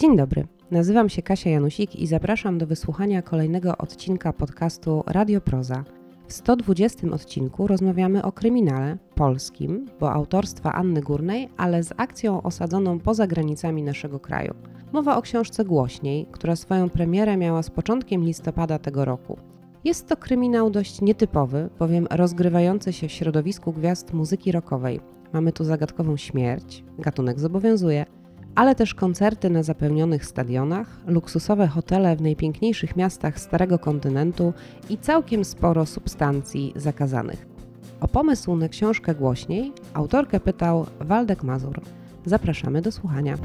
Dzień dobry, nazywam się Kasia Janusik i zapraszam do wysłuchania kolejnego odcinka podcastu Radio Proza. W 120 odcinku rozmawiamy o kryminale polskim, bo autorstwa Anny Górnej, ale z akcją osadzoną poza granicami naszego kraju. Mowa o książce Głośniej, która swoją premierę miała z początkiem listopada tego roku. Jest to kryminał dość nietypowy, bowiem rozgrywający się w środowisku gwiazd muzyki rockowej. Mamy tu zagadkową śmierć, gatunek zobowiązuje, ale też koncerty na zapełnionych stadionach, luksusowe hotele w najpiękniejszych miastach Starego Kontynentu i całkiem sporo substancji zakazanych. O pomysł na książkę Głośniej autorkę pytał Waldek Mazur. Zapraszamy do słuchania.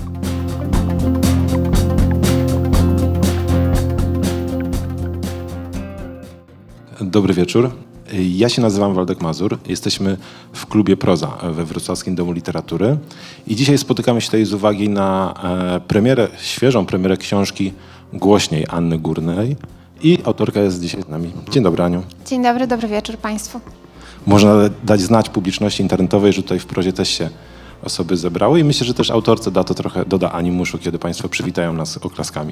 Dobry wieczór. Ja się nazywam Waldek Mazur. Jesteśmy w klubie Proza we Wrocławskim Domu Literatury i dzisiaj spotykamy się tutaj z uwagi na świeżą premierę książki Głośniej Anny Górnej i autorka jest dzisiaj z nami. Dzień dobry, Aniu. Dzień dobry, dobry wieczór Państwu. Można dać znać publiczności internetowej, że tutaj w Prozie też się osoby zebrały i myślę, że też autorce doda animuszu, kiedy Państwo przywitają nas oklaskami.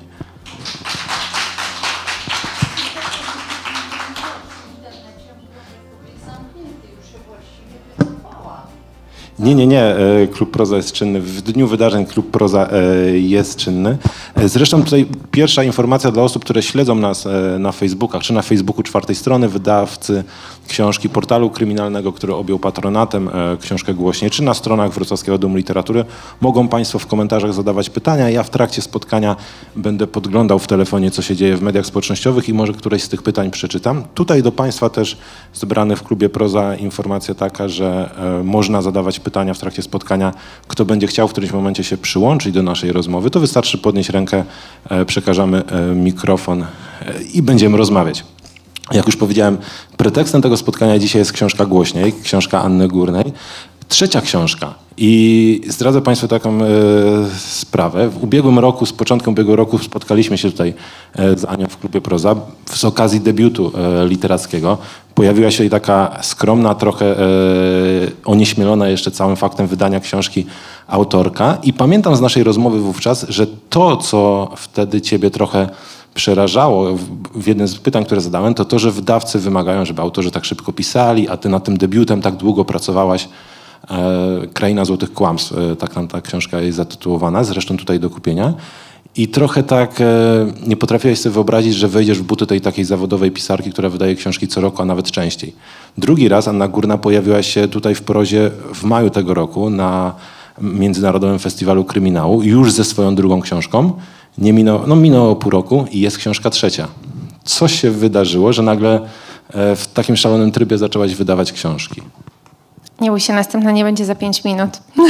Nie. Klub Proza jest czynny. W dniu wydarzeń Klub Proza jest czynny. Zresztą tutaj pierwsza informacja dla osób, które śledzą nas na Facebookach, czy na Facebooku Czwartej Strony, wydawcy książki Portalu Kryminalnego, który objął patronatem książkę Głośniej, czy na stronach Wrocławskiego Domu Literatury. Mogą Państwo w komentarzach zadawać pytania. Ja w trakcie spotkania będę podglądał w telefonie, co się dzieje w mediach społecznościowych i może któreś z tych pytań przeczytam. Tutaj do Państwa też zebrany w klubie Proza informacja taka, że można zadawać pytania w trakcie spotkania. Kto będzie chciał w którymś momencie się przyłączyć do naszej rozmowy, to wystarczy podnieść rękę, przekażemy mikrofon i będziemy rozmawiać. Jak już powiedziałem, pretekstem tego spotkania dzisiaj jest książka Głośniej, książka Anny Górnej. Trzecia książka i zdradzę Państwu taką sprawę. W ubiegłym roku, z początkiem ubiegłego roku spotkaliśmy się tutaj z Anią w klubie Proza z okazji debiutu literackiego. Pojawiła się taka skromna, trochę onieśmielona jeszcze całym faktem wydania książki autorka i pamiętam z naszej rozmowy wówczas, że to, co wtedy Ciebie trochę przerażało w jednym z pytań, które zadałem, to, że wydawcy wymagają, żeby autorzy tak szybko pisali, a Ty nad tym debiutem tak długo pracowałaś. Kraina Złotych Kłamstw, tak tam ta książka jest zatytułowana, zresztą tutaj do kupienia. I trochę tak nie potrafiłeś sobie wyobrazić, że wejdziesz w buty tej takiej zawodowej pisarki, która wydaje książki co roku, a nawet częściej. Drugi raz Anna Górna pojawiła się tutaj w Prozie w maju tego roku na Międzynarodowym Festiwalu Kryminału, już ze swoją drugą książką. Minęło pół roku i jest książka trzecia. Co się wydarzyło, że nagle w takim szalonym trybie zaczęłaś wydawać książki? Nie bój się, następna nie będzie za 5 minut.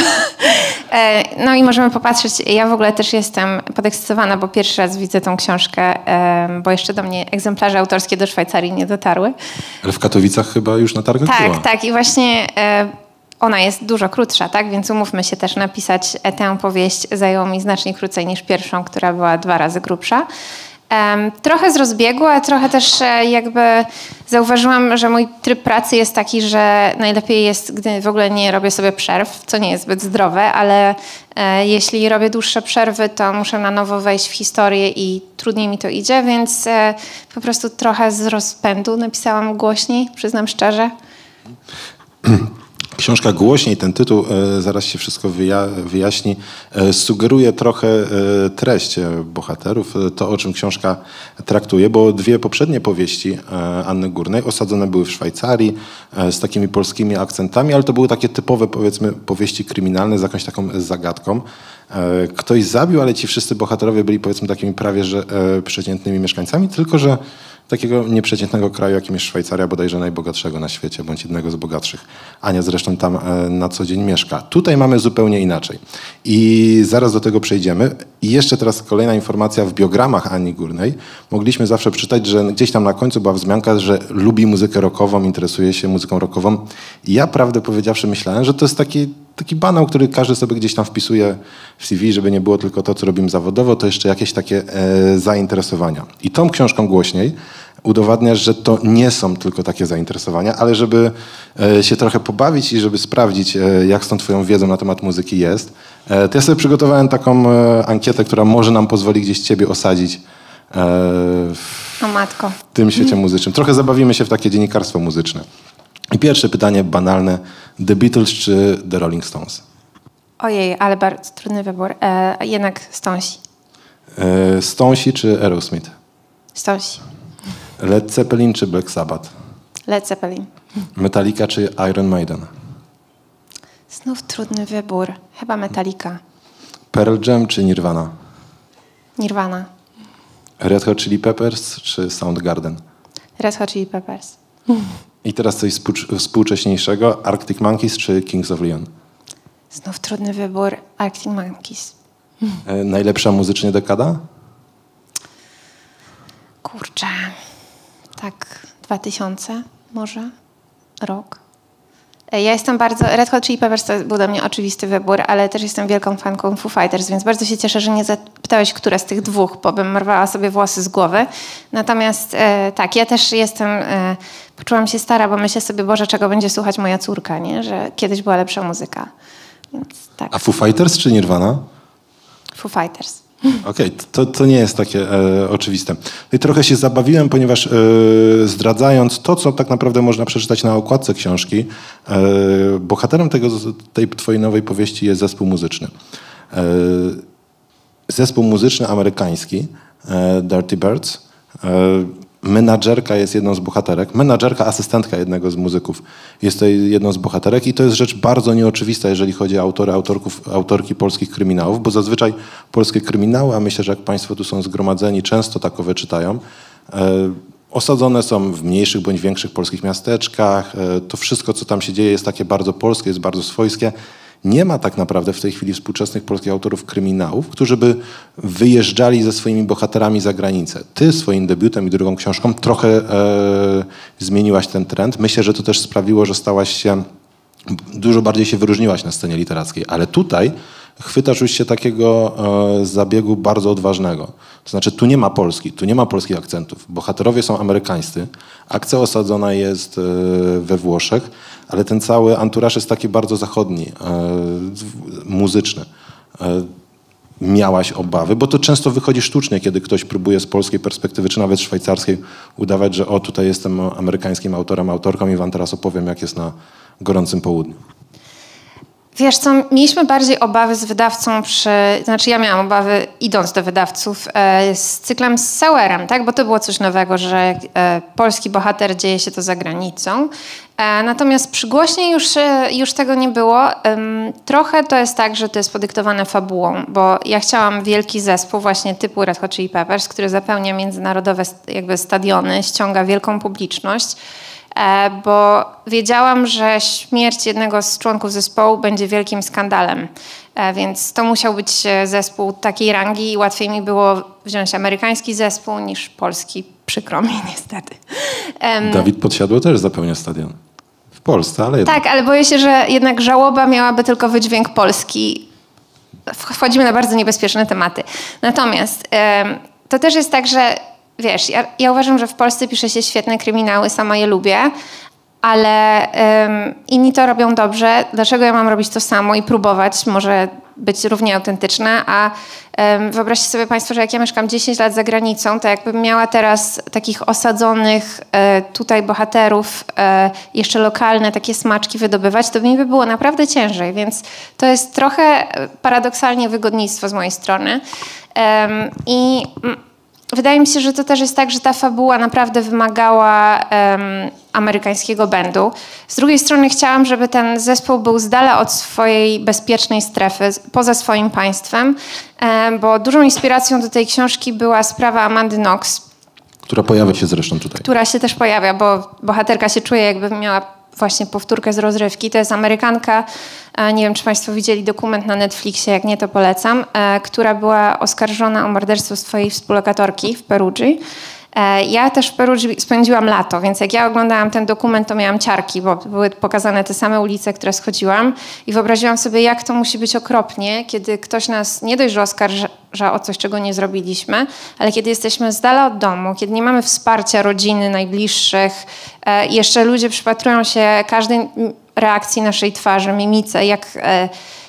No i możemy popatrzeć, ja w ogóle też jestem podekscytowana, bo pierwszy raz widzę tą książkę, bo jeszcze do mnie egzemplarze autorskie do Szwajcarii nie dotarły. Ale w Katowicach chyba już na targach była. Tak i właśnie ona jest dużo krótsza, tak? Więc umówmy się też, napisać tę powieść zajęło mi znacznie krócej niż pierwszą, która była 2 razy grubsza. Trochę z rozbiegu, a trochę też jakby zauważyłam, że mój tryb pracy jest taki, że najlepiej jest, gdy w ogóle nie robię sobie przerw, co nie jest zbyt zdrowe, ale jeśli robię dłuższe przerwy, to muszę na nowo wejść w historię i trudniej mi to idzie, więc po prostu trochę z rozpędu napisałam Głośniej, przyznam szczerze. Książka Głośniej, ten tytuł, zaraz się wszystko wyjaśni, sugeruje trochę treść bohaterów, to o czym książka traktuje, bo 2 poprzednie powieści Anny Górnej osadzone były w Szwajcarii z takimi polskimi akcentami, ale to były takie typowe, powiedzmy, powieści kryminalne z jakąś taką zagadką. Ktoś zabił, ale ci wszyscy bohaterowie byli, powiedzmy, takimi prawie że przeciętnymi mieszkańcami, tylko że takiego nieprzeciętnego kraju, jakim jest Szwajcaria, bodajże najbogatszego na świecie, bądź jednego z bogatszych. Ania zresztą tam na co dzień mieszka. Tutaj mamy zupełnie inaczej. I zaraz do tego przejdziemy. I jeszcze teraz kolejna informacja. W biogramach Ani Górnej mogliśmy zawsze przeczytać, że gdzieś tam na końcu była wzmianka, że lubi muzykę rockową, interesuje się muzyką rockową. I ja, prawdę powiedziawszy, myślałem, że to jest taki banał, który każdy sobie gdzieś tam wpisuje w CV, żeby nie było tylko to, co robimy zawodowo, to jeszcze jakieś takie zainteresowania. I tą książką Głośniej udowadniasz, że to nie są tylko takie zainteresowania, ale żeby się trochę pobawić i żeby sprawdzić, jak z tą twoją wiedzą na temat muzyki jest, To ja sobie przygotowałem taką ankietę, która może nam pozwoli gdzieś ciebie osadzić O matko. w tym świecie muzycznym. Trochę zabawimy się w takie dziennikarstwo muzyczne. I pierwsze pytanie banalne. The Beatles czy The Rolling Stones? Ojej, ale bardzo trudny wybór. Jednak Stonesi. Stonesi czy Aerosmith? Stonesi. Led Zeppelin czy Black Sabbath? Led Zeppelin. Metallica czy Iron Maiden? Znów trudny wybór. Chyba Metallica. Pearl Jam czy Nirvana? Nirvana. Red Hot Chili Peppers czy Soundgarden? Red Hot Chili Peppers. I teraz coś współcześniejszego. Arctic Monkeys czy Kings of Leon? Znów trudny wybór. Arctic Monkeys. Najlepsza muzycznie dekada? Kurczę. Tak 2000 może? Rok? Ja jestem bardzo... Red Hot Chili Peppers to był dla mnie oczywisty wybór, ale też jestem wielką fanką Foo Fighters, więc bardzo się cieszę, że nie zapytałeś, które z tych dwóch, bo bym rwała sobie włosy z głowy. Natomiast tak, ja też jestem... Poczułam się stara, bo myślę sobie, Boże, czego będzie słuchać moja córka, nie? Że kiedyś była lepsza muzyka. Więc tak. A Foo Fighters czy Nirvana? Foo Fighters. Okej, to nie jest takie oczywiste. I trochę się zabawiłem, ponieważ zdradzając to, co tak naprawdę można przeczytać na okładce książki, bohaterem tej twojej nowej powieści jest zespół muzyczny. Zespół muzyczny amerykański, Dirty Birds. Menadżerka jest jedną z bohaterek. Menadżerka, asystentka jednego z muzyków jest tutaj jedną z bohaterek i to jest rzecz bardzo nieoczywista, jeżeli chodzi o autorki polskich kryminałów, bo zazwyczaj polskie kryminały, a myślę, że jak państwo tu są zgromadzeni, często takowe czytają, osadzone są w mniejszych bądź większych polskich miasteczkach. To wszystko, co tam się dzieje, jest takie bardzo polskie, jest bardzo swojskie. Nie ma tak naprawdę w tej chwili współczesnych polskich autorów kryminałów, którzy by wyjeżdżali ze swoimi bohaterami za granicę. Ty swoim debiutem i drugą książką trochę zmieniłaś ten trend. Myślę, że to też sprawiło, że dużo bardziej się wyróżniłaś na scenie literackiej. Ale tutaj chwytasz już się takiego zabiegu bardzo odważnego. To znaczy tu nie ma Polski, tu nie ma polskich akcentów. Bohaterowie są amerykańscy, akcja osadzona jest we Włoszech, ale ten cały anturaż jest taki bardzo zachodni, muzyczny. Miałaś obawy, bo to często wychodzi sztucznie, kiedy ktoś próbuje z polskiej perspektywy, czy nawet szwajcarskiej, udawać, że tutaj jestem amerykańskim autorem, autorką i wam teraz opowiem, jak jest na gorącym południu. Wiesz co, mieliśmy bardziej obawy z wydawcą znaczy ja miałam obawy idąc do wydawców z cyklem z Sauerem, tak? Bo to było coś nowego, że polski bohater dzieje się to za granicą. Natomiast przygłośnie już tego nie było. Trochę to jest tak, że to jest podyktowane fabułą, bo ja chciałam wielki zespół właśnie typu Red Hot Chili Peppers, który zapełnia międzynarodowe jakby stadiony, ściąga wielką publiczność. Bo wiedziałam, że śmierć jednego z członków zespołu będzie wielkim skandalem. Więc to musiał być zespół takiej rangi i łatwiej mi było wziąć amerykański zespół niż polski. Przykro mi niestety. Dawid Podsiadło też zapełnia stadion. W Polsce, ale jednak. Tak, ale boję się, że jednak żałoba miałaby tylko wydźwięk polski. Wchodzimy na bardzo niebezpieczne tematy. Natomiast to też jest tak, że wiesz, ja uważam, że w Polsce pisze się świetne kryminały, sama je lubię, ale inni to robią dobrze. Dlaczego ja mam robić to samo i próbować może być równie autentyczna? A wyobraźcie sobie państwo, że jak ja mieszkam 10 lat za granicą, to jakbym miała teraz takich osadzonych tutaj bohaterów, jeszcze lokalne takie smaczki wydobywać, to mi by było naprawdę ciężej. Więc to jest trochę paradoksalnie wygodnictwo z mojej strony. Wydaje mi się, że to też jest tak, że ta fabuła naprawdę wymagała amerykańskiego będu. Z drugiej strony chciałam, żeby ten zespół był z dala od swojej bezpiecznej strefy, poza swoim państwem, bo dużą inspiracją do tej książki była sprawa Amandy Knox. Która pojawia się zresztą tutaj. Która się też pojawia, bo bohaterka się czuje, jakby miała właśnie powtórkę z rozrywki. To jest Amerykanka, nie wiem, czy państwo widzieli dokument na Netflixie, jak nie, to polecam, która była oskarżona o morderstwo swojej współlokatorki w Perugii. Ja też w Perugii spędziłam lato, więc jak ja oglądałam ten dokument, to miałam ciarki, bo były pokazane te same ulice, które schodziłam i wyobraziłam sobie, jak to musi być okropnie, kiedy ktoś nas nie dość, że oskarża o coś, czego nie zrobiliśmy, ale kiedy jesteśmy z dala od domu, kiedy nie mamy wsparcia rodziny, najbliższych, jeszcze ludzie przypatrują się każdej reakcji naszej twarzy, mimice,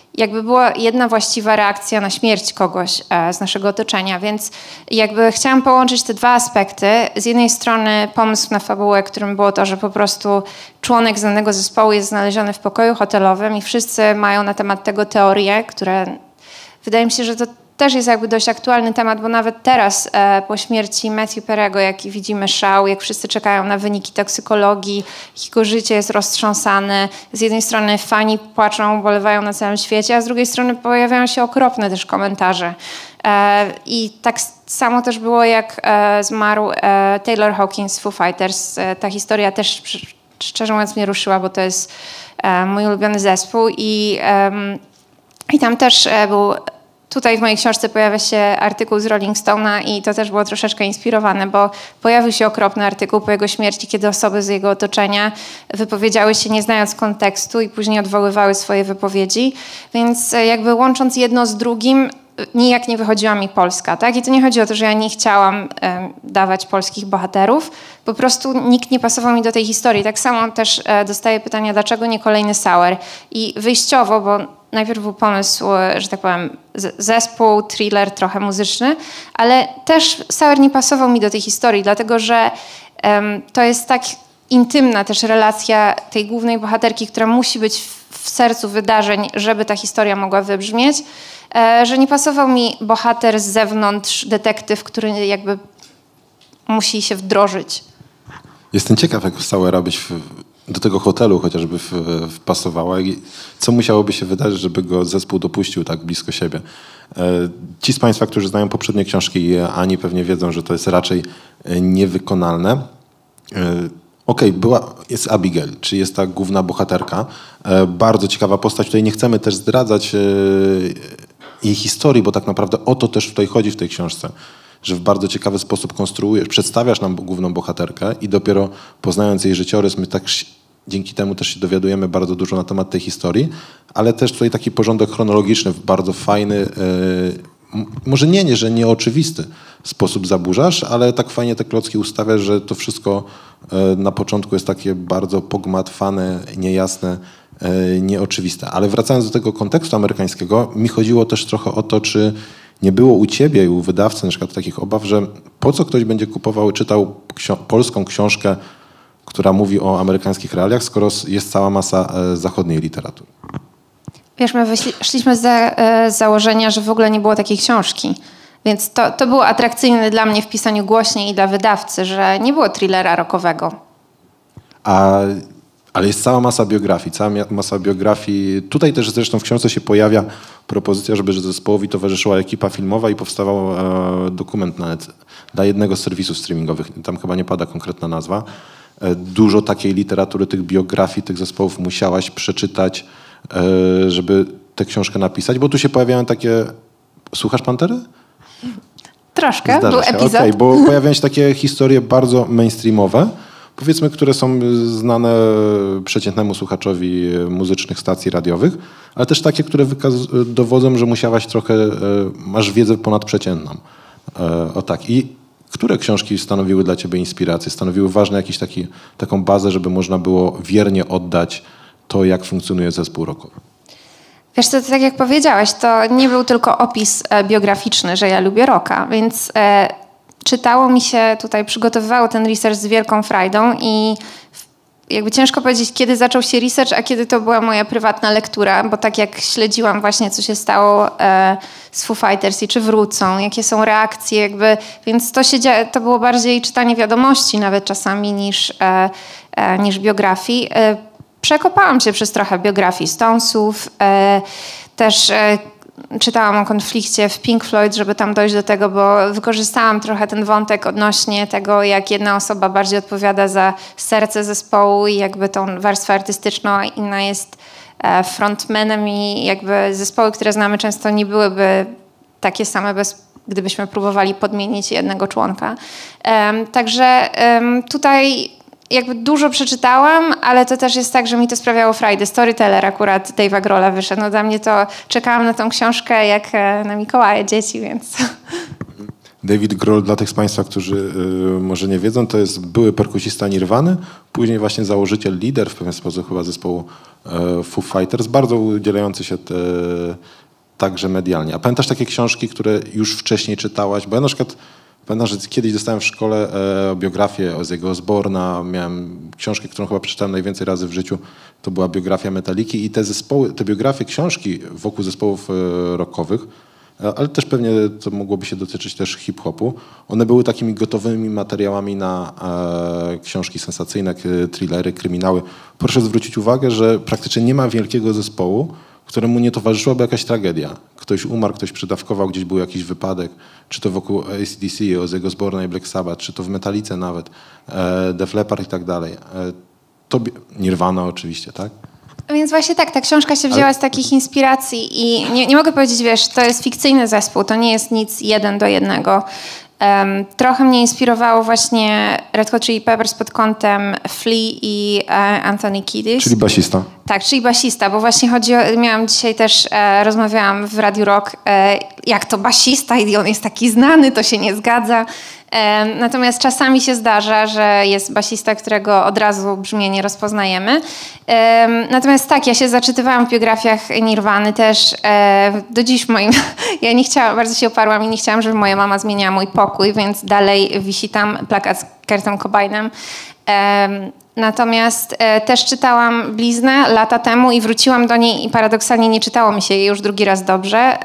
jakby była jedna właściwa reakcja na śmierć kogoś z naszego otoczenia, więc jakby chciałam połączyć te dwa aspekty. Z jednej strony pomysł na fabułę, którym było to, że po prostu członek znanego zespołu jest znaleziony w pokoju hotelowym i wszyscy mają na temat tego teorie, które wydaje mi się, że to też jest jakby dość aktualny temat, bo nawet teraz po śmierci Matthew Perry'ego, jak widzimy szał, jak wszyscy czekają na wyniki toksykologii, jego życie jest roztrząsane. Z jednej strony fani płaczą, ubolewają na całym świecie, a z drugiej strony pojawiają się okropne też komentarze. I tak samo też było, jak zmarł Taylor Hawkins z Foo Fighters. Ta historia też, szczerze mówiąc, mnie ruszyła, bo to jest mój ulubiony zespół i tam też był. Tutaj w mojej książce pojawia się artykuł z Rolling Stone'a i to też było troszeczkę inspirowane, bo pojawił się okropny artykuł po jego śmierci, kiedy osoby z jego otoczenia wypowiedziały się nie znając kontekstu i później odwoływały swoje wypowiedzi. Więc jakby łącząc jedno z drugim, nijak nie wychodziła mi Polska, tak? I to nie chodzi o to, że ja nie chciałam dawać polskich bohaterów, po prostu nikt nie pasował mi do tej historii. Tak samo też dostaję pytania, dlaczego nie kolejny Sour? I wyjściowo, bo najpierw był pomysł, że tak powiem, zespół, thriller, trochę muzyczny, ale też Sour nie pasował mi do tej historii, dlatego że to jest tak intymna też relacja tej głównej bohaterki, która musi być w sercu wydarzeń, żeby ta historia mogła wybrzmieć, że nie pasował mi bohater z zewnątrz, detektyw, który jakby musi się wdrożyć. Jestem ciekaw, jak Soura byś do tego hotelu chociażby wpasowała i co musiałoby się wydarzyć, żeby go zespół dopuścił tak blisko siebie. Ci z Państwa, którzy znają poprzednie książki Ani, pewnie wiedzą, że to jest raczej niewykonalne. Jest Abigail, czyli jest ta główna bohaterka. Bardzo ciekawa postać. Tutaj nie chcemy też zdradzać jej historii, bo tak naprawdę o to też tutaj chodzi w tej książce, że w bardzo ciekawy sposób przedstawiasz nam główną bohaterkę i dopiero poznając jej życiorys, my tak dzięki temu też się dowiadujemy bardzo dużo na temat tej historii, ale też tutaj taki porządek chronologiczny, bardzo fajny, może że nieoczywisty sposób zaburzasz, ale tak fajnie te klocki ustawiasz, że to wszystko na początku jest takie bardzo pogmatwane, niejasne, nieoczywiste. Ale wracając do tego kontekstu amerykańskiego, mi chodziło też trochę o to, czy nie było u ciebie i u wydawcy na przykład takich obaw, że po co ktoś będzie kupował, czytał polską książkę, która mówi o amerykańskich realiach, skoro jest cała masa zachodniej literatury. Wiesz, my szliśmy z założenia, że w ogóle nie było takiej książki. Więc to było atrakcyjne dla mnie w pisaniu głośniej i dla wydawcy, że nie było thrillera rockowego. Ale jest cała masa biografii. Tutaj też zresztą w książce się pojawia propozycja, żeby zespołowi towarzyszyła ekipa filmowa i powstawał dokument dla jednego z serwisów streamingowych. Tam chyba nie pada konkretna nazwa. Dużo takiej literatury, tych biografii, tych zespołów musiałaś przeczytać, żeby tę książkę napisać, bo tu się pojawiają takie... Słuchasz Pantery? Troszkę, Zdarza był się. epizod. Okay, bo pojawiają się takie historie bardzo mainstreamowe, powiedzmy, które są znane przeciętnemu słuchaczowi muzycznych stacji radiowych, ale też takie, które dowodzą, że musiałaś trochę, masz wiedzę ponadprzeciętną. I które książki stanowiły dla ciebie inspirację? Stanowiły ważne taką bazę, żeby można było wiernie oddać to, jak funkcjonuje zespół rockowy? Wiesz co, tak jak powiedziałeś, to nie był tylko opis biograficzny, że ja lubię rocka, więc czytało mi się tutaj, przygotowywało ten research z wielką frajdą i jakby ciężko powiedzieć, kiedy zaczął się research, a kiedy to była moja prywatna lektura, bo tak jak śledziłam właśnie, co się stało z Foo Fighters i czy wrócą, jakie są reakcje, więc to było bardziej czytanie wiadomości nawet czasami niż biografii. Przekopałam się przez trochę biografii Stonesów, też czytałam o konflikcie w Pink Floyd, żeby tam dojść do tego, bo wykorzystałam trochę ten wątek odnośnie tego, jak jedna osoba bardziej odpowiada za serce zespołu i jakby tą warstwę artystyczną, a inna jest frontmanem i jakby zespoły, które znamy często nie byłyby takie same gdybyśmy próbowali podmienić jednego członka. Także tutaj jakby dużo przeczytałam, ale to też jest tak, że mi to sprawiało frajdę. Storyteller akurat Dave'a Grohla wyszedł. No dla mnie to czekałam na tą książkę jak na Mikołaja dzieci, więc... David Grohl, dla tych z Państwa, którzy może nie wiedzą, to jest były perkusista Nirwany, później właśnie założyciel, lider w pewien sposób chyba zespołu Foo Fighters, bardzo udzielający się także medialnie. A pamiętasz takie książki, które już wcześniej czytałaś? Bo ja na przykład pamiętam, że kiedyś dostałem w szkole biografię Ozzy'ego Osbourne'a, miałem książkę, którą chyba przeczytałem najwięcej razy w życiu, to była biografia Metaliki i te biografie, książki wokół zespołów rockowych, ale też pewnie to mogłoby się dotyczyć też hip-hopu, one były takimi gotowymi materiałami na książki sensacyjne, thrillery, kryminały. Proszę zwrócić uwagę, że praktycznie nie ma wielkiego zespołu, któremu nie towarzyszyłaby jakaś tragedia. Ktoś umarł, ktoś przydawkował, gdzieś był jakiś wypadek, czy to wokół AC/DC, Ozzy'ego Osbourne'a i Black Sabbath, czy to w Metalice nawet, Def Leppard i tak dalej. Nirvana oczywiście, tak? Więc właśnie tak, ta książka się wzięła z takich inspiracji i nie mogę powiedzieć, wiesz, to jest fikcyjny zespół, to nie jest nic 1:1. Trochę mnie inspirowało właśnie Red Hot Chili Peppers pod kątem Flea i Anthony Kiedis. Czyli basista. Tak, czyli basista, bo właśnie miałam dzisiaj też, rozmawiałam w Radiu Rock, jak to basista i on jest taki znany, to się nie zgadza. Natomiast czasami się zdarza, że jest basista, którego od razu brzmienie rozpoznajemy. Natomiast tak, ja się zaczytywałam w biografiach Nirwany też do dziś moim. Ja nie chciałam, bardzo się oparłam i nie chciałam, żeby moja mama zmieniała mój pokój, więc dalej wisi tam plakat z Kurtem Cobainem. Natomiast też czytałam Bliznę lata temu i wróciłam do niej i paradoksalnie nie czytało mi się jej już drugi raz dobrze.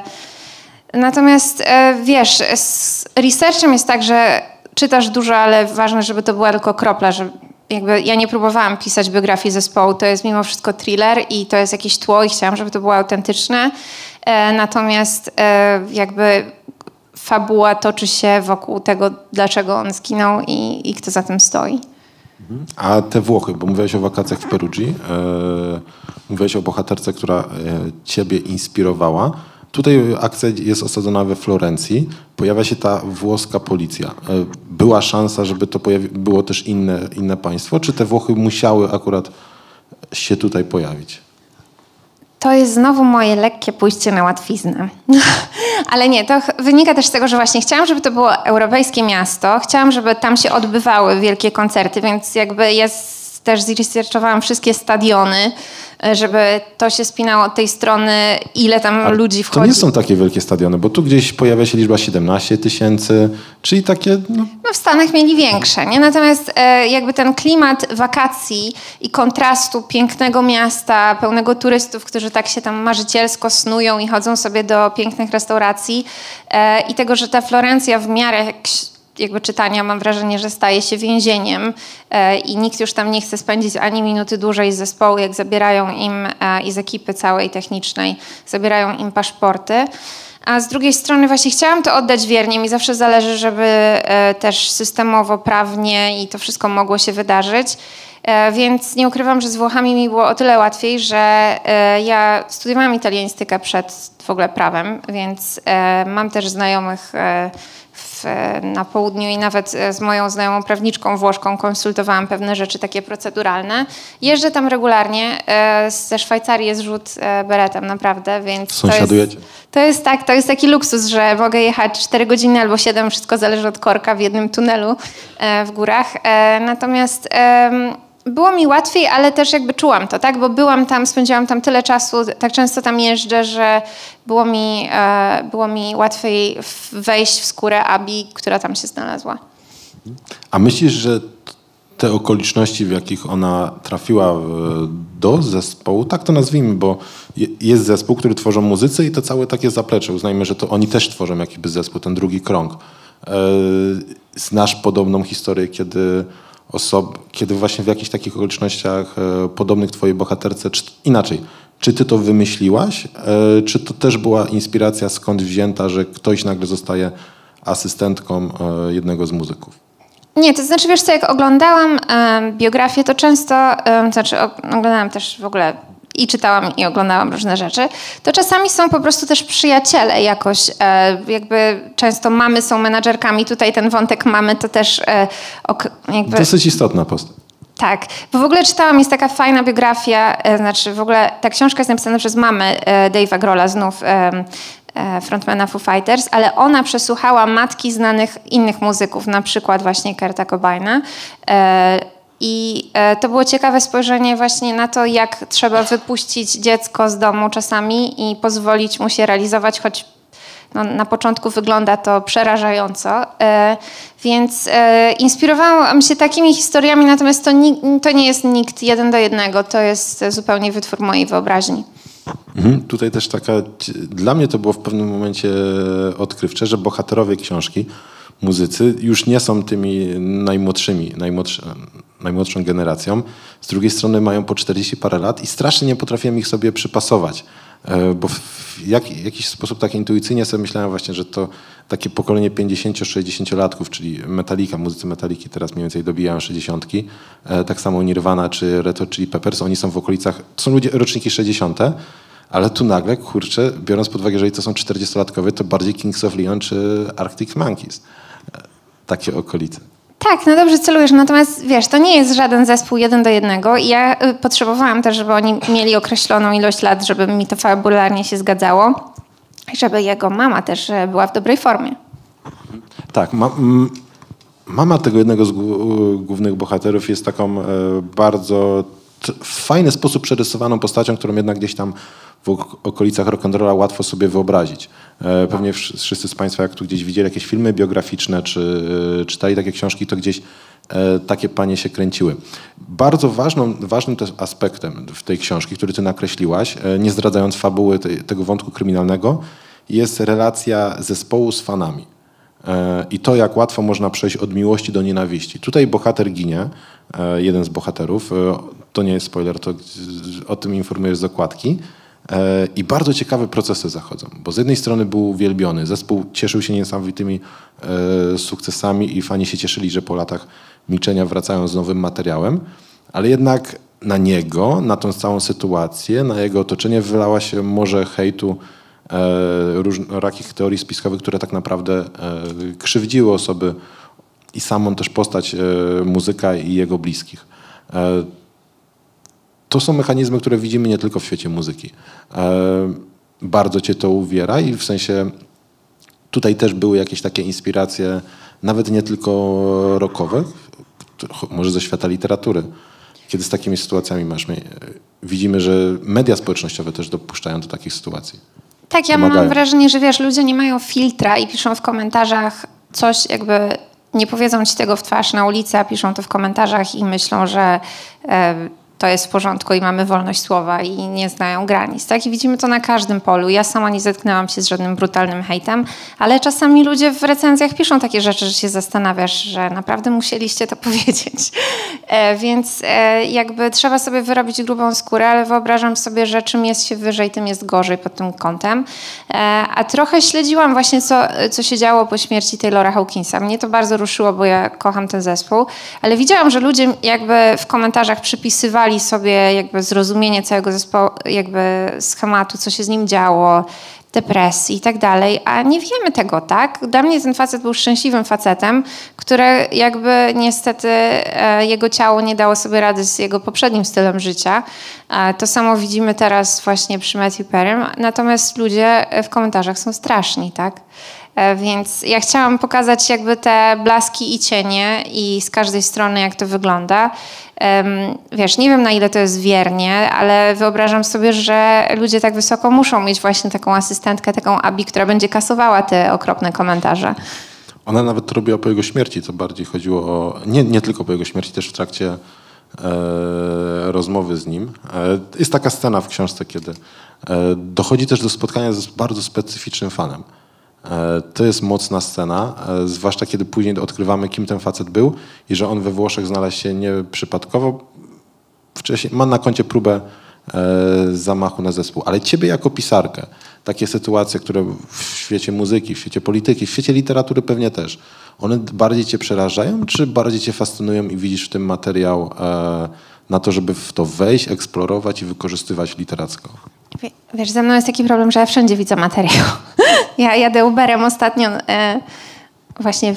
Natomiast wiesz, z researchem jest tak, że czytasz dużo, ale ważne, żeby to była tylko kropla, że jakby ja nie próbowałam pisać biografii zespołu, to jest mimo wszystko thriller i to jest jakieś tło i chciałam, żeby to było autentyczne. Natomiast jakby fabuła toczy się wokół tego, dlaczego on zginął i kto za tym stoi. A te Włochy, bo mówiłeś o wakacjach w Perugii, mówiłeś o bohaterce, która ciebie inspirowała. Tutaj akcja jest osadzona we Florencji. Pojawia się ta włoska policja. Była szansa, żeby to było też inne państwo? Czy te Włochy musiały akurat się tutaj pojawić? To jest znowu moje lekkie pójście na łatwiznę. Ale nie, to wynika też z tego, że właśnie chciałam, żeby to było europejskie miasto. Chciałam, żeby tam się odbywały wielkie koncerty, więc jakby ja też zresearchowałam wszystkie stadiony, żeby to się spinało od tej strony, ile tam ludzi wchodzi. To nie są takie wielkie stadiony, bo tu gdzieś pojawia się liczba 17 000, czyli takie... No w Stanach mieli większe, nie? Natomiast jakby ten klimat wakacji i kontrastu pięknego miasta, pełnego turystów, którzy tak się tam marzycielsko snują i chodzą sobie do pięknych restauracji i tego, że ta Florencja w miarę jakby czytania, mam wrażenie, że staje się więzieniem i nikt już tam nie chce spędzić ani minuty dłużej z zespołu, jak zabierają im i z ekipy całej technicznej, zabierają im paszporty. A z drugiej strony właśnie chciałam to oddać wiernie. Mi zawsze zależy, żeby też systemowo, prawnie i to wszystko mogło się wydarzyć. Więc nie ukrywam, że z Włochami mi było o tyle łatwiej, że ja studiowałam italianistykę przed w ogóle prawem, więc mam też znajomych na południu i nawet z moją znajomą prawniczką włoszką konsultowałam pewne rzeczy takie proceduralne. Jeżdżę tam regularnie, ze Szwajcarii jest rzut beretem naprawdę, więc sąsiadujecie? To jest taki luksus, że mogę jechać 4 godziny albo 7, wszystko zależy od korka w jednym tunelu w górach. Natomiast było mi łatwiej, ale też jakby czułam to, tak? Bo byłam tam, spędziłam tam tyle czasu, tak często tam jeżdżę, że było mi łatwiej wejść w skórę Abi, która tam się znalazła. A myślisz, że te okoliczności, w jakich ona trafiła do zespołu, tak to nazwijmy, bo jest zespół, który tworzą muzycy i to całe takie zaplecze. Uznajmy, że to oni też tworzą jakiś zespół, ten drugi krąg. Znasz podobną historię, kiedy właśnie w jakichś takich okolicznościach podobnych twojej bohaterce, inaczej, czy ty to wymyśliłaś, czy to też była inspiracja skąd wzięta, że ktoś nagle zostaje asystentką jednego z muzyków? Nie, to znaczy wiesz co, jak oglądałam biografię, to często, oglądałam też w ogóle i czytałam i oglądałam różne rzeczy, to czasami są po prostu też przyjaciele jakoś, jakby często mamy są menadżerkami, tutaj ten wątek mamy to też jakby... Dosyć istotna postać. Tak, bo w ogóle czytałam, jest taka fajna biografia, znaczy w ogóle ta książka jest napisana przez mamę Dave'a Grohla, znów frontmana Foo Fighters, ale ona przesłuchała matki znanych innych muzyków, na przykład właśnie Kurta Cobaina. I to było ciekawe spojrzenie właśnie na to, jak trzeba wypuścić dziecko z domu czasami i pozwolić mu się realizować, choć na początku wygląda to przerażająco. Więc inspirowałam się takimi historiami, natomiast to nie jest nikt 1 do 1, to jest zupełnie wytwór mojej wyobraźni. Tutaj też dla mnie to było w pewnym momencie odkrywcze, że bohaterowie książki, muzycy, już nie są tymi najmłodszą generacją. Z drugiej strony mają po 40 parę lat i strasznie nie potrafiłem ich sobie przypasować. Bo w jakiś sposób tak intuicyjnie sobie myślałem właśnie, że to takie pokolenie 50-60-latków, czyli Metallica, muzycy Metalliki teraz mniej więcej dobijają 60. Tak samo Nirvana czy Red Hot Chili Peppers, oni są w okolicach, to są ludzie roczniki 60. Ale tu nagle, kurczę, biorąc pod uwagę, że to są 40-latkowie, to bardziej Kings of Leon czy Arctic Monkeys. Takie okolice. Tak, no dobrze celujesz, natomiast wiesz, to nie jest żaden zespół 1 do 1 i ja potrzebowałam też, żeby oni mieli określoną ilość lat, żeby mi to fabularnie się zgadzało i żeby jego mama też była w dobrej formie. Tak, mama tego jednego z głównych bohaterów jest taką bardzo w fajny sposób przerysowaną postacią, którą jednak gdzieś tam w okolicach rock'n'rolla łatwo sobie wyobrazić. Pewnie wszyscy z Państwa, jak tu gdzieś widzieli jakieś filmy biograficzne, czy czytali takie książki, to gdzieś takie panie się kręciły. Bardzo ważnym też aspektem w tej książki, który ty nakreśliłaś, nie zdradzając fabuły tego wątku kryminalnego, jest relacja zespołu z fanami. I to, jak łatwo można przejść od miłości do nienawiści. Tutaj bohater ginie, jeden z bohaterów, to nie jest spoiler, to o tym informujesz z okładki. I bardzo ciekawe procesy zachodzą, bo z jednej strony był uwielbiony, zespół cieszył się niesamowitymi sukcesami i fani się cieszyli, że po latach milczenia wracają z nowym materiałem, ale jednak na niego, na tą całą sytuację, na jego otoczenie wylała się morze hejtu, różnorakich teorii spiskowych, które tak naprawdę krzywdziły osoby i samą też postać muzyka i jego bliskich. To są mechanizmy, które widzimy nie tylko w świecie muzyki. Bardzo cię to uwiera i w sensie tutaj też były jakieś takie inspiracje, nawet nie tylko rockowe, może ze świata literatury. Kiedy z takimi sytuacjami widzimy, że media społecznościowe też dopuszczają do takich sytuacji. Tak, ja mam wrażenie, że wiesz, ludzie nie mają filtra i piszą w komentarzach coś jakby, nie powiedzą ci tego w twarz na ulicy, a piszą to w komentarzach i myślą, że to jest w porządku i mamy wolność słowa i nie znają granic. Tak? I widzimy to na każdym polu. Ja sama nie zetknęłam się z żadnym brutalnym hejtem, ale czasami ludzie w recenzjach piszą takie rzeczy, że się zastanawiasz, że naprawdę musieliście to powiedzieć. Więc jakby trzeba sobie wyrobić grubą skórę, ale wyobrażam sobie, że czym jest się wyżej, tym jest gorzej pod tym kątem. A trochę śledziłam właśnie, co się działo po śmierci Taylora Hawkinsa. Mnie to bardzo ruszyło, bo ja kocham ten zespół, ale widziałam, że ludzie jakby w komentarzach przypisywali sobie jakby zrozumienie całego zespołu, jakby schematu, co się z nim działo, depresji i tak dalej, a nie wiemy tego, tak? Dla mnie ten facet był szczęśliwym facetem, który jakby niestety jego ciało nie dało sobie rady z jego poprzednim stylem życia. To samo widzimy teraz właśnie przy Matthew Perrym, natomiast ludzie w komentarzach są straszni, tak? Więc ja chciałam pokazać jakby te blaski i cienie i z każdej strony jak to wygląda. Wiesz, nie wiem na ile to jest wiernie, ale wyobrażam sobie, że ludzie tak wysoko muszą mieć właśnie taką asystentkę, taką Abi, która będzie kasowała te okropne komentarze. Ona nawet to robiła po jego śmierci, co bardziej chodziło o... Nie tylko po jego śmierci, też w trakcie rozmowy z nim. Jest taka scena w książce, kiedy dochodzi też do spotkania z bardzo specyficznym fanem. To jest mocna scena, zwłaszcza kiedy później odkrywamy, kim ten facet był i że on we Włoszech znalazł się nieprzypadkowo. Wcześniej ma na koncie próbę zamachu na zespół. Ale ciebie jako pisarkę, takie sytuacje, które w świecie muzyki, w świecie polityki, w świecie literatury pewnie też, one bardziej cię przerażają, czy bardziej cię fascynują i widzisz w tym materiał na to, żeby w to wejść, eksplorować i wykorzystywać literacko? Wiesz, ze mną jest taki problem, że ja wszędzie widzę materiał. Ja jadę Uberem ostatnio właśnie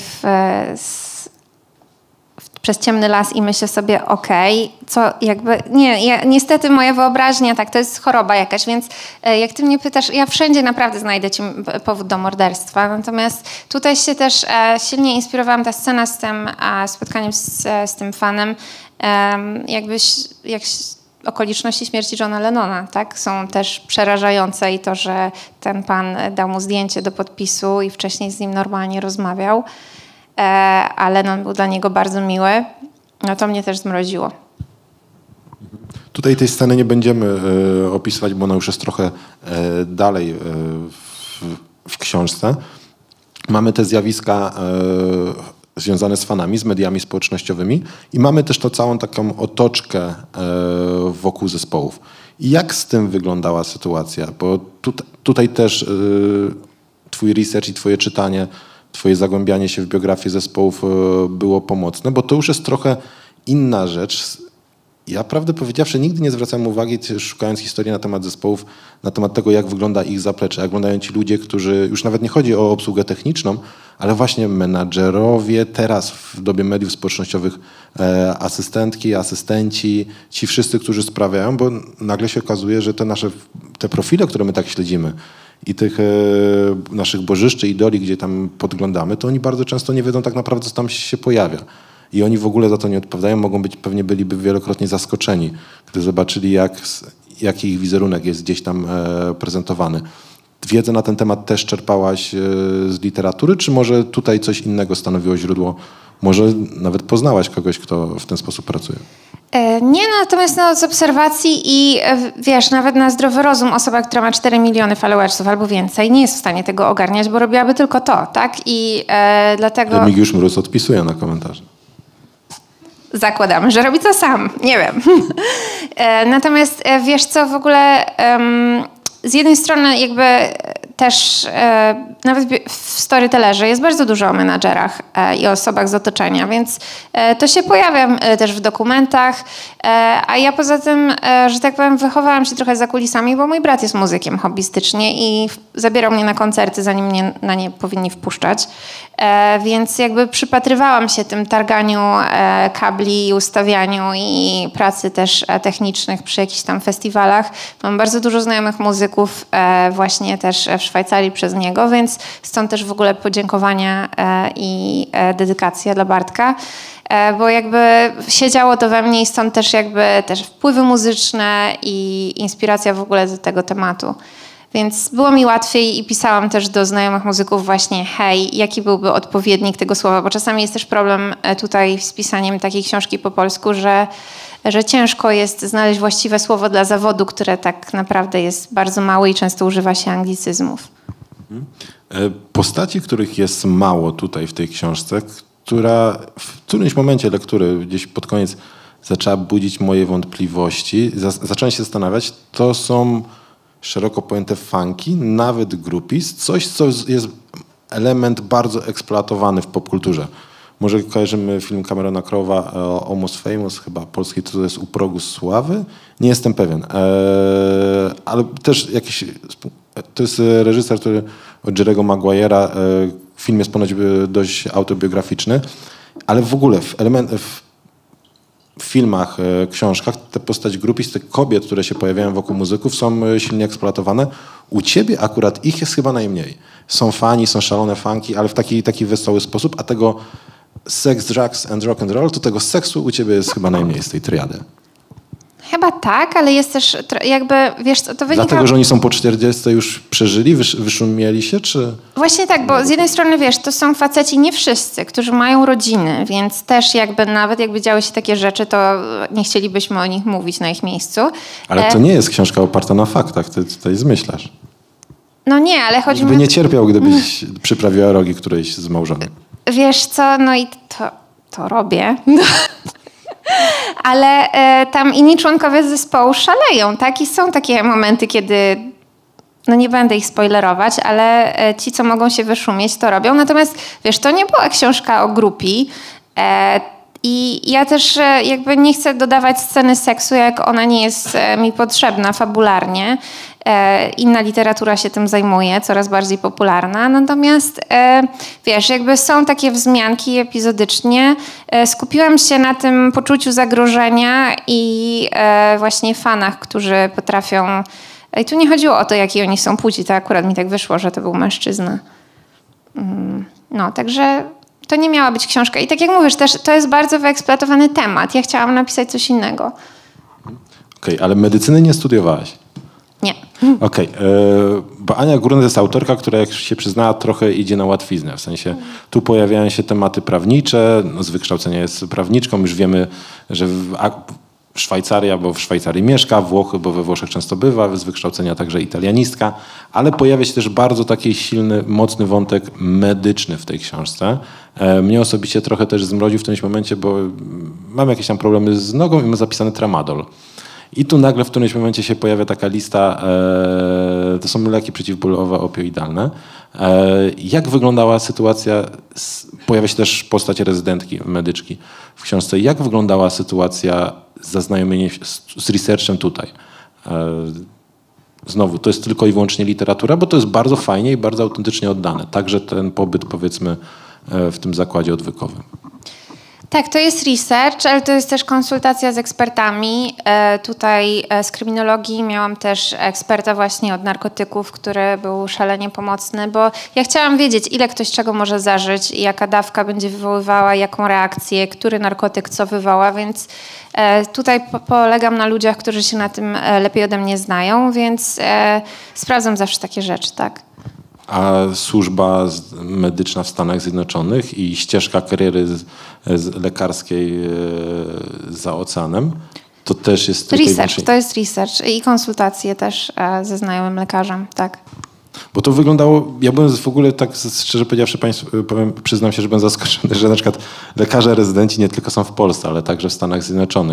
przez ciemny las i myślę sobie, co jakby... Nie, niestety moja wyobraźnia, tak, to jest choroba jakaś, więc jak ty mnie pytasz, ja wszędzie naprawdę znajdę ci powód do morderstwa. Natomiast tutaj się też silnie inspirowałam ta scena z tym spotkaniem z tym fanem. Jak okoliczności śmierci Johna Lennona, tak, są też przerażające i to, że ten pan dał mu zdjęcie do podpisu i wcześniej z nim normalnie rozmawiał, a Lennon był dla niego bardzo miły, no to mnie też zmroziło. Tutaj tej sceny nie będziemy opisywać, bo ona już jest trochę dalej w książce. Mamy te zjawiska związane z fanami, z mediami społecznościowymi i mamy też tą całą taką otoczkę wokół zespołów. I jak z tym wyglądała sytuacja? Bo tutaj też twój research i twoje czytanie, twoje zagłębianie się w biografię zespołów było pomocne, bo to już jest trochę inna rzecz. Ja prawdę powiedziawszy nigdy nie zwracałem uwagi, szukając historii na temat zespołów, na temat tego, jak wygląda ich zaplecze, jak wyglądają ci ludzie, którzy, już nawet nie chodzi o obsługę techniczną, ale właśnie menadżerowie, teraz w dobie mediów społecznościowych asystentki, asystenci, ci wszyscy, którzy sprawiają, bo nagle się okazuje, że te profile, które my tak śledzimy i tych naszych bożyszczy, idoli, gdzie tam podglądamy, to oni bardzo często nie wiedzą tak naprawdę, co tam się pojawia. I oni w ogóle za to nie odpowiadają, pewnie byliby wielokrotnie zaskoczeni, gdy zobaczyli, jaki ich wizerunek jest gdzieś tam prezentowany. Wiedzę na ten temat też czerpałaś z literatury, czy może tutaj coś innego stanowiło źródło? Może nawet poznałaś kogoś, kto w ten sposób pracuje? Nie, natomiast z obserwacji i wiesz, nawet na zdrowy rozum osoba, która ma 4 miliony followersów albo więcej, nie jest w stanie tego ogarniać, bo robiłaby tylko to, tak? I dlatego... Remigiusz Mróz odpisuje na komentarze. Zakładamy, że robi to sam. Nie wiem. Natomiast wiesz co, w ogóle z jednej strony jakby też nawet w Storytellerze jest bardzo dużo o menadżerach i osobach z otoczenia, więc to się pojawia też w dokumentach, a ja poza tym, że tak powiem, wychowałam się trochę za kulisami, bo mój brat jest muzykiem hobbystycznie i zabierał mnie na koncerty, zanim mnie na nie powinni wpuszczać, więc jakby przypatrywałam się tym targaniu kabli, ustawianiu i pracy też technicznych przy jakichś tam festiwalach. Mam bardzo dużo znajomych muzyków właśnie też w Szwajcarii przez niego, więc stąd też w ogóle podziękowania i dedykacja dla Bartka, bo jakby siedziało to we mnie i stąd też jakby też wpływy muzyczne i inspiracja w ogóle do tego tematu. Więc było mi łatwiej i pisałam też do znajomych muzyków właśnie hej, jaki byłby odpowiednik tego słowa, bo czasami jest też problem tutaj z pisaniem takiej książki po polsku, że ciężko jest znaleźć właściwe słowo dla zawodu, które tak naprawdę jest bardzo małe i często używa się anglicyzmów. Postaci, których jest mało tutaj w tej książce, która w którymś momencie lektury, gdzieś pod koniec zaczęła budzić moje wątpliwości, zacząłem się zastanawiać, to są szeroko pojęte funky, nawet groupies, coś, co jest element bardzo eksploatowany w popkulturze. Może kojarzymy film Camerona Crowe'a Almost Famous, chyba polski to jest U progu sławy? Nie jestem pewien. Ale też to jest reżyser, który od Jerry'ego Maguire'a. Film jest ponoć dość autobiograficzny, ale w ogóle w filmach, książkach te postać grupy, te kobiet, które się pojawiają wokół muzyków, są silnie eksploatowane. U ciebie akurat ich jest chyba najmniej. Są fani, są szalone funky, ale w taki wesoły sposób, a tego sex, drugs and rock and roll, to tego seksu u ciebie jest chyba najmniej z tej triady. Chyba tak, ale jest też jakby, wiesz co, to wynika... Dlatego, że oni są po 40 już przeżyli, wyszumieli się, czy... Właśnie tak, bo z jednej strony, wiesz, to są faceci nie wszyscy, którzy mają rodziny, więc też jakby nawet jakby działy się takie rzeczy, to nie chcielibyśmy o nich mówić na ich miejscu. Ale to nie jest książka oparta na faktach, ty tutaj zmyślasz. No nie, ale chodzi Nikt by mi... nie cierpiał, gdybyś przyprawiła rogi którejś z małżonek. Wiesz co, no i to robię. Ale tam inni członkowie zespołu szaleją, tak? I są takie momenty, kiedy, no nie będę ich spoilerować, ale ci, co mogą się wyszumieć, to robią. Natomiast, wiesz, to nie była książka o grupie. I ja też jakby nie chcę dodawać sceny seksu, jak ona nie jest mi potrzebna fabularnie. Inna literatura się tym zajmuje, coraz bardziej popularna. Natomiast wiesz, jakby są takie wzmianki epizodycznie. Skupiłam się na tym poczuciu zagrożenia i właśnie fanach, którzy potrafią... I tu nie chodziło o to, jakiej oni są płci. To akurat mi tak wyszło, że to był mężczyzna. No, także To nie miała być książka. I tak jak mówisz, też to jest bardzo wyeksploatowany temat. Ja chciałam napisać coś innego. Okej, ale medycyny nie studiowałaś? Nie. Okej, bo Ania Górna to jest autorka, która, jak się przyznała, trochę idzie na łatwiznę. W sensie tu pojawiają się tematy prawnicze, no z wykształcenia jest prawniczką, już wiemy, że Szwajcaria, bo w Szwajcarii mieszka, Włochy, bo we Włoszech często bywa, z wykształcenia także italianistka, ale pojawia się też bardzo taki silny, mocny wątek medyczny w tej książce. Mnie osobiście trochę też zmroził w którymś momencie, bo mam jakieś tam problemy z nogą i mam zapisany tramadol. I tu nagle w którymś momencie się pojawia taka lista, to są leki przeciwbólowe, opioidalne. Jak wyglądała sytuacja, pojawia się też postać rezydentki, medyczki w książce. Jak wyglądała sytuacja zaznajomienia się z researchem tutaj? Znowu, to jest tylko i wyłącznie literatura, bo to jest bardzo fajnie i bardzo autentycznie oddane. Także ten pobyt, powiedzmy, w tym zakładzie odwykowym. Tak, to jest research, ale to jest też konsultacja z ekspertami. Tutaj z kryminologii miałam też eksperta właśnie od narkotyków, który był szalenie pomocny, bo ja chciałam wiedzieć, ile ktoś czego może zażyć i jaka dawka będzie wywoływała jaką reakcję, który narkotyk co wywoła, więc tutaj polegam na ludziach, którzy się na tym lepiej ode mnie znają, więc sprawdzam zawsze takie rzeczy, tak. A służba medyczna w Stanach Zjednoczonych i ścieżka kariery lekarskiej za oceanem, to też jest... Research, to jest research i konsultacje też ze znajomym lekarzem, tak. Bo to wyglądało, ja byłem w ogóle tak szczerze powiedziawszy Państwu, przyznam się, że byłem zaskoczony, że na przykład lekarze rezydenci nie tylko są w Polsce, ale także w Stanach Zjednoczonych.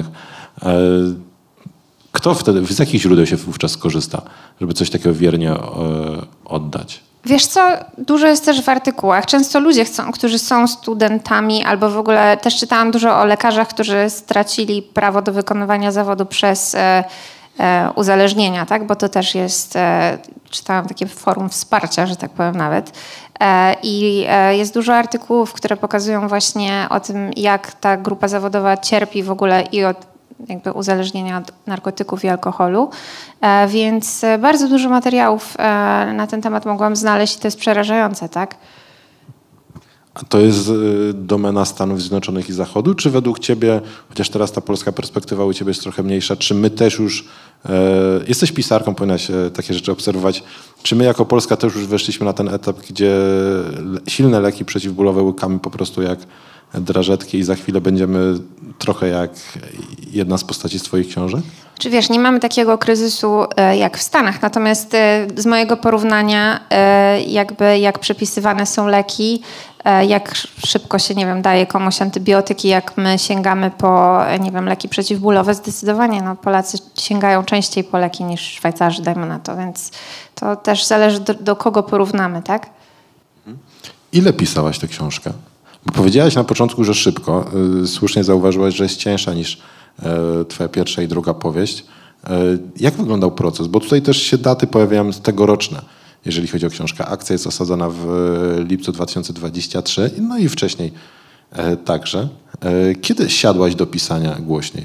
Kto wtedy, z jakich źródeł się wówczas skorzysta, żeby coś takiego wiernie oddać? Wiesz co, dużo jest też w artykułach. Często ludzie którzy są studentami albo w ogóle też czytałam dużo o lekarzach, którzy stracili prawo do wykonywania zawodu przez uzależnienia, tak? Bo to też jest, czytałam takie forum wsparcia, że tak powiem nawet. I jest dużo artykułów, które pokazują właśnie o tym, jak ta grupa zawodowa cierpi w ogóle i od jakby uzależnienia od narkotyków i alkoholu, więc bardzo dużo materiałów na ten temat mogłam znaleźć i to jest przerażające, tak? A to jest domena Stanów Zjednoczonych i Zachodu, czy według ciebie, chociaż teraz ta polska perspektywa u ciebie jest trochę mniejsza, czy my też już, jesteś pisarką, powinnaś takie rzeczy obserwować, czy my jako Polska też już weszliśmy na ten etap, gdzie silne leki przeciwbólowe łykamy po prostu jak drażetki i za chwilę będziemy trochę jak jedna z postaci z twoich książek? Czy wiesz, nie mamy takiego kryzysu jak w Stanach, natomiast z mojego porównania jakby jak przepisywane są leki, jak szybko się, nie wiem, daje komuś antybiotyki, jak my sięgamy po, nie wiem, leki przeciwbólowe, zdecydowanie, no Polacy sięgają częściej po leki niż Szwajcarzy, dajmy na to, więc to też zależy do kogo porównamy, tak? Ile pisałaś tę książkę? Bo powiedziałaś na początku, że szybko. Słusznie zauważyłaś, że jest cięższa niż twoja pierwsza i druga powieść. Jak wyglądał proces? Bo tutaj też się daty pojawiają tegoroczne, jeżeli chodzi o książkę. Akcja jest osadzona w lipcu 2023, no i wcześniej także. Kiedy siadłaś do pisania głośniej?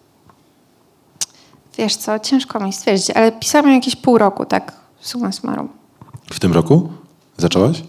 Wiesz co, ciężko mi stwierdzić, ale pisałam jakieś pół roku, tak, summa summarum. W tym roku zaczęłaś?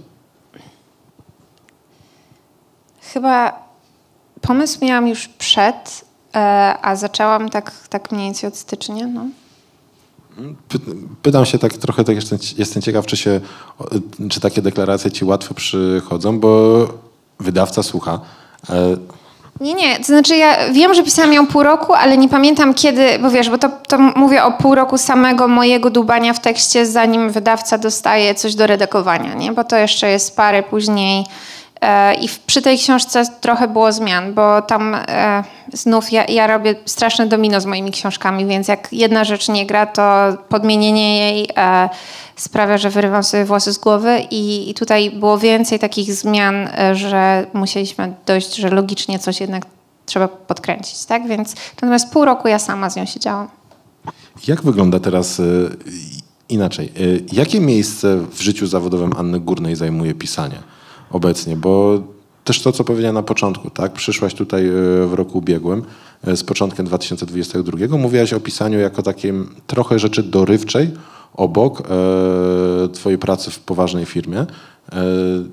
Chyba pomysł miałam już przed, a zaczęłam tak mniej więcej od stycznia. No. Pytam się tak trochę, tak jestem ciekaw, czy takie deklaracje ci łatwo przychodzą, bo wydawca słucha. Nie, to znaczy ja wiem, że pisałam ją pół roku, ale nie pamiętam kiedy, bo wiesz, bo to mówię o pół roku samego mojego dłubania w tekście, zanim wydawca dostaje coś do redagowania, nie? Bo to jeszcze jest parę później. I przy tej książce trochę było zmian, bo tam znów ja robię straszne domino z moimi książkami, więc jak jedna rzecz nie gra, to podmienienie jej sprawia, że wyrywam sobie włosy z głowy i tutaj było więcej takich zmian, że musieliśmy dojść, że logicznie coś jednak trzeba podkręcić, tak? Więc natomiast pół roku ja sama z nią siedziałam. Jak wygląda teraz inaczej? Jakie miejsce w życiu zawodowym Anny Górnej zajmuje pisanie obecnie? Bo też to, co powiedziałem na początku, tak? Przyszłaś tutaj w roku ubiegłym, z początkiem 2022. Mówiłaś o pisaniu jako takiej trochę rzeczy dorywczej obok twojej pracy w poważnej firmie.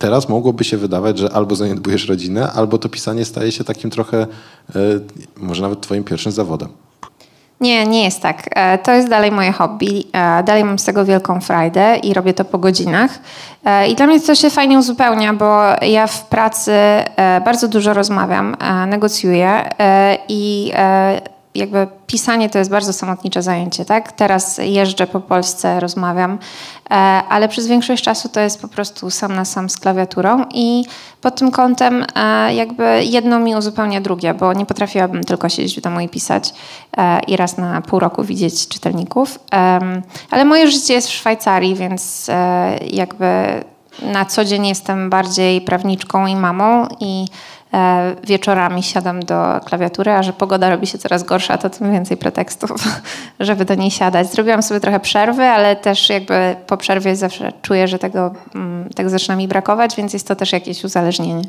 teraz mogłoby się wydawać, że albo zaniedbujesz rodzinę, albo to pisanie staje się takim trochę, może nawet twoim pierwszym zawodem. Nie, nie jest tak. To jest dalej moje hobby. Dalej mam z tego wielką frajdę i robię to po godzinach. I dla mnie to się fajnie uzupełnia, bo ja w pracy bardzo dużo rozmawiam, negocjuję i jakby pisanie to jest bardzo samotnicze zajęcie, tak? Teraz jeżdżę po Polsce, rozmawiam, ale przez większość czasu to jest po prostu sam na sam z klawiaturą i pod tym kątem jakby jedno mi uzupełnia drugie, bo nie potrafiłabym tylko siedzieć w domu i pisać i raz na pół roku widzieć czytelników. Ale moje życie jest w Szwajcarii, więc jakby na co dzień jestem bardziej prawniczką i mamą i wieczorami siadam do klawiatury, a że pogoda robi się coraz gorsza, to tym więcej pretekstów, żeby do niej siadać. Zrobiłam sobie trochę przerwy, ale też jakby po przerwie zawsze czuję, że tego tak zaczyna mi brakować, więc jest to też jakieś uzależnienie.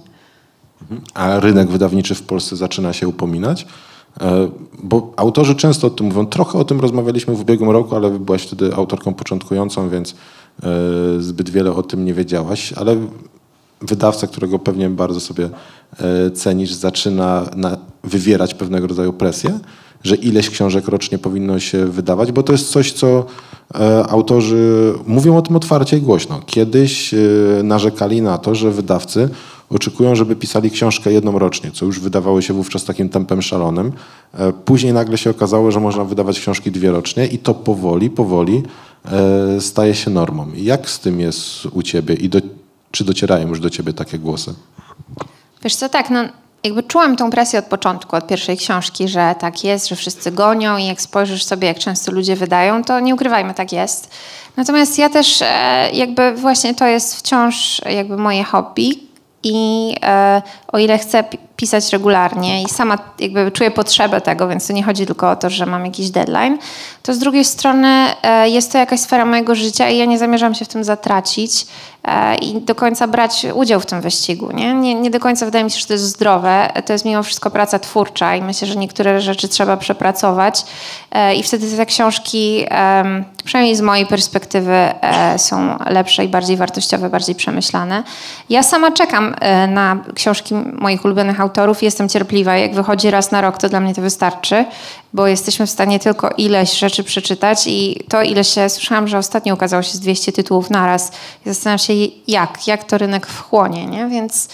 A rynek wydawniczy w Polsce zaczyna się upominać? Bo autorzy często o tym mówią. Trochę o tym rozmawialiśmy w ubiegłym roku, ale byłaś wtedy autorką początkującą, więc zbyt wiele o tym nie wiedziałaś, ale wydawca, którego pewnie bardzo sobie cenisz, zaczyna wywierać pewnego rodzaju presję, że ileś książek rocznie powinno się wydawać, bo to jest coś, co autorzy mówią o tym otwarcie i głośno. Kiedyś narzekali na to, że wydawcy oczekują, żeby pisali książkę jedną rocznie, co już wydawało się wówczas takim tempem szalonym. Później nagle się okazało, że można wydawać książki 2 rocznie i to powoli staje się normą. Jak z tym jest u ciebie i czy docierają już do ciebie takie głosy? Wiesz co, tak, no jakby czułam tą presję od początku, od pierwszej książki, że tak jest, że wszyscy gonią i jak spojrzysz sobie, jak często ludzie wydają, to nie ukrywajmy, tak jest. Natomiast ja też jakby właśnie to jest wciąż jakby moje hobby i o ile chcę pisać regularnie i sama jakby czuję potrzebę tego, więc to nie chodzi tylko o to, że mam jakiś deadline, to z drugiej strony jest to jakaś sfera mojego życia i ja nie zamierzam się w tym zatracić i do końca brać udział w tym wyścigu. Nie do końca wydaje mi się, że to jest zdrowe. To jest mimo wszystko praca twórcza i myślę, że niektóre rzeczy trzeba przepracować i wtedy te książki, przynajmniej z mojej perspektywy, są lepsze i bardziej wartościowe, bardziej przemyślane. Ja sama czekam na książki moich ulubionych autorów. Jestem cierpliwa. Jak wychodzi raz na rok, to dla mnie to wystarczy, bo jesteśmy w stanie tylko ileś rzeczy przeczytać i to słyszałam, że ostatnio ukazało się z 200 tytułów naraz. I zastanawiam się, jak to rynek wchłonie, nie? Więc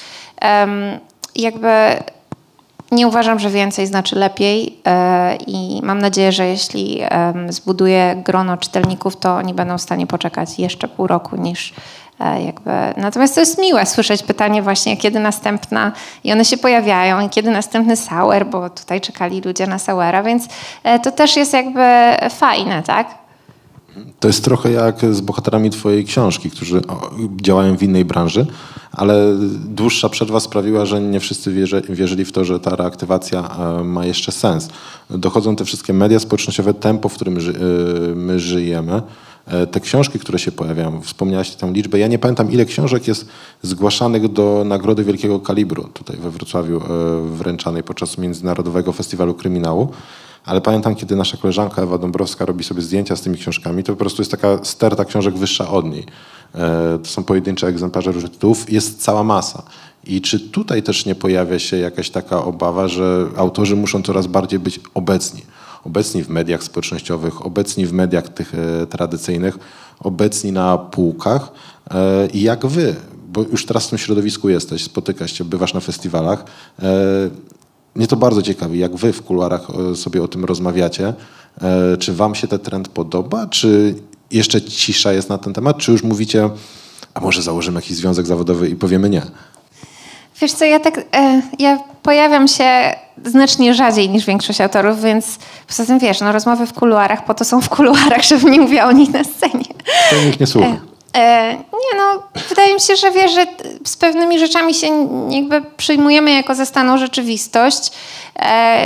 jakby nie uważam, że więcej znaczy lepiej i mam nadzieję, że jeśli zbuduję grono czytelników, to oni będą w stanie poczekać jeszcze pół roku niż jakby. Natomiast to jest miłe słyszeć pytanie właśnie, kiedy następna i one się pojawiają i kiedy następny Sauer, bo tutaj czekali ludzie na Sauera, więc to też jest jakby fajne, tak? To jest trochę jak z bohaterami twojej książki, którzy działają w innej branży, ale dłuższa przerwa sprawiła, że nie wszyscy wierzyli w to, że ta reaktywacja ma jeszcze sens. Dochodzą te wszystkie media społecznościowe, tempo, w którym my żyjemy. Te książki, które się pojawiają, wspomniałaś tę liczbę. Ja nie pamiętam, ile książek jest zgłaszanych do Nagrody Wielkiego Kalibru tutaj we Wrocławiu, wręczanej podczas Międzynarodowego Festiwalu Kryminału. Ale pamiętam, kiedy nasza koleżanka Ewa Dąbrowska robi sobie zdjęcia z tymi książkami, to po prostu jest taka sterta książek wyższa od niej. To są pojedyncze egzemplarze różnych tytułów, jest cała masa. I czy tutaj też nie pojawia się jakaś taka obawa, że autorzy muszą coraz bardziej być obecni? Obecni w mediach społecznościowych, obecni w mediach tych tradycyjnych, obecni na półkach. I jak wy, bo już teraz w tym środowisku jesteś, spotykasz się, bywasz na festiwalach, mnie to bardzo ciekawi, jak wy w kuluarach sobie o tym rozmawiacie. Czy wam się ten trend podoba? Czy jeszcze cisza jest na ten temat? Czy już mówicie, a może założymy jakiś związek zawodowy i powiemy nie? Wiesz co, ja pojawiam się znacznie rzadziej niż większość autorów, więc poza tym wiesz, no rozmowy w kuluarach po to są w kuluarach, żeby nie mówiła o nich na scenie. To nikt nie słucha. Nie no, wydaje mi się, że wiesz, że z pewnymi rzeczami się jakby przyjmujemy jako za staną rzeczywistość.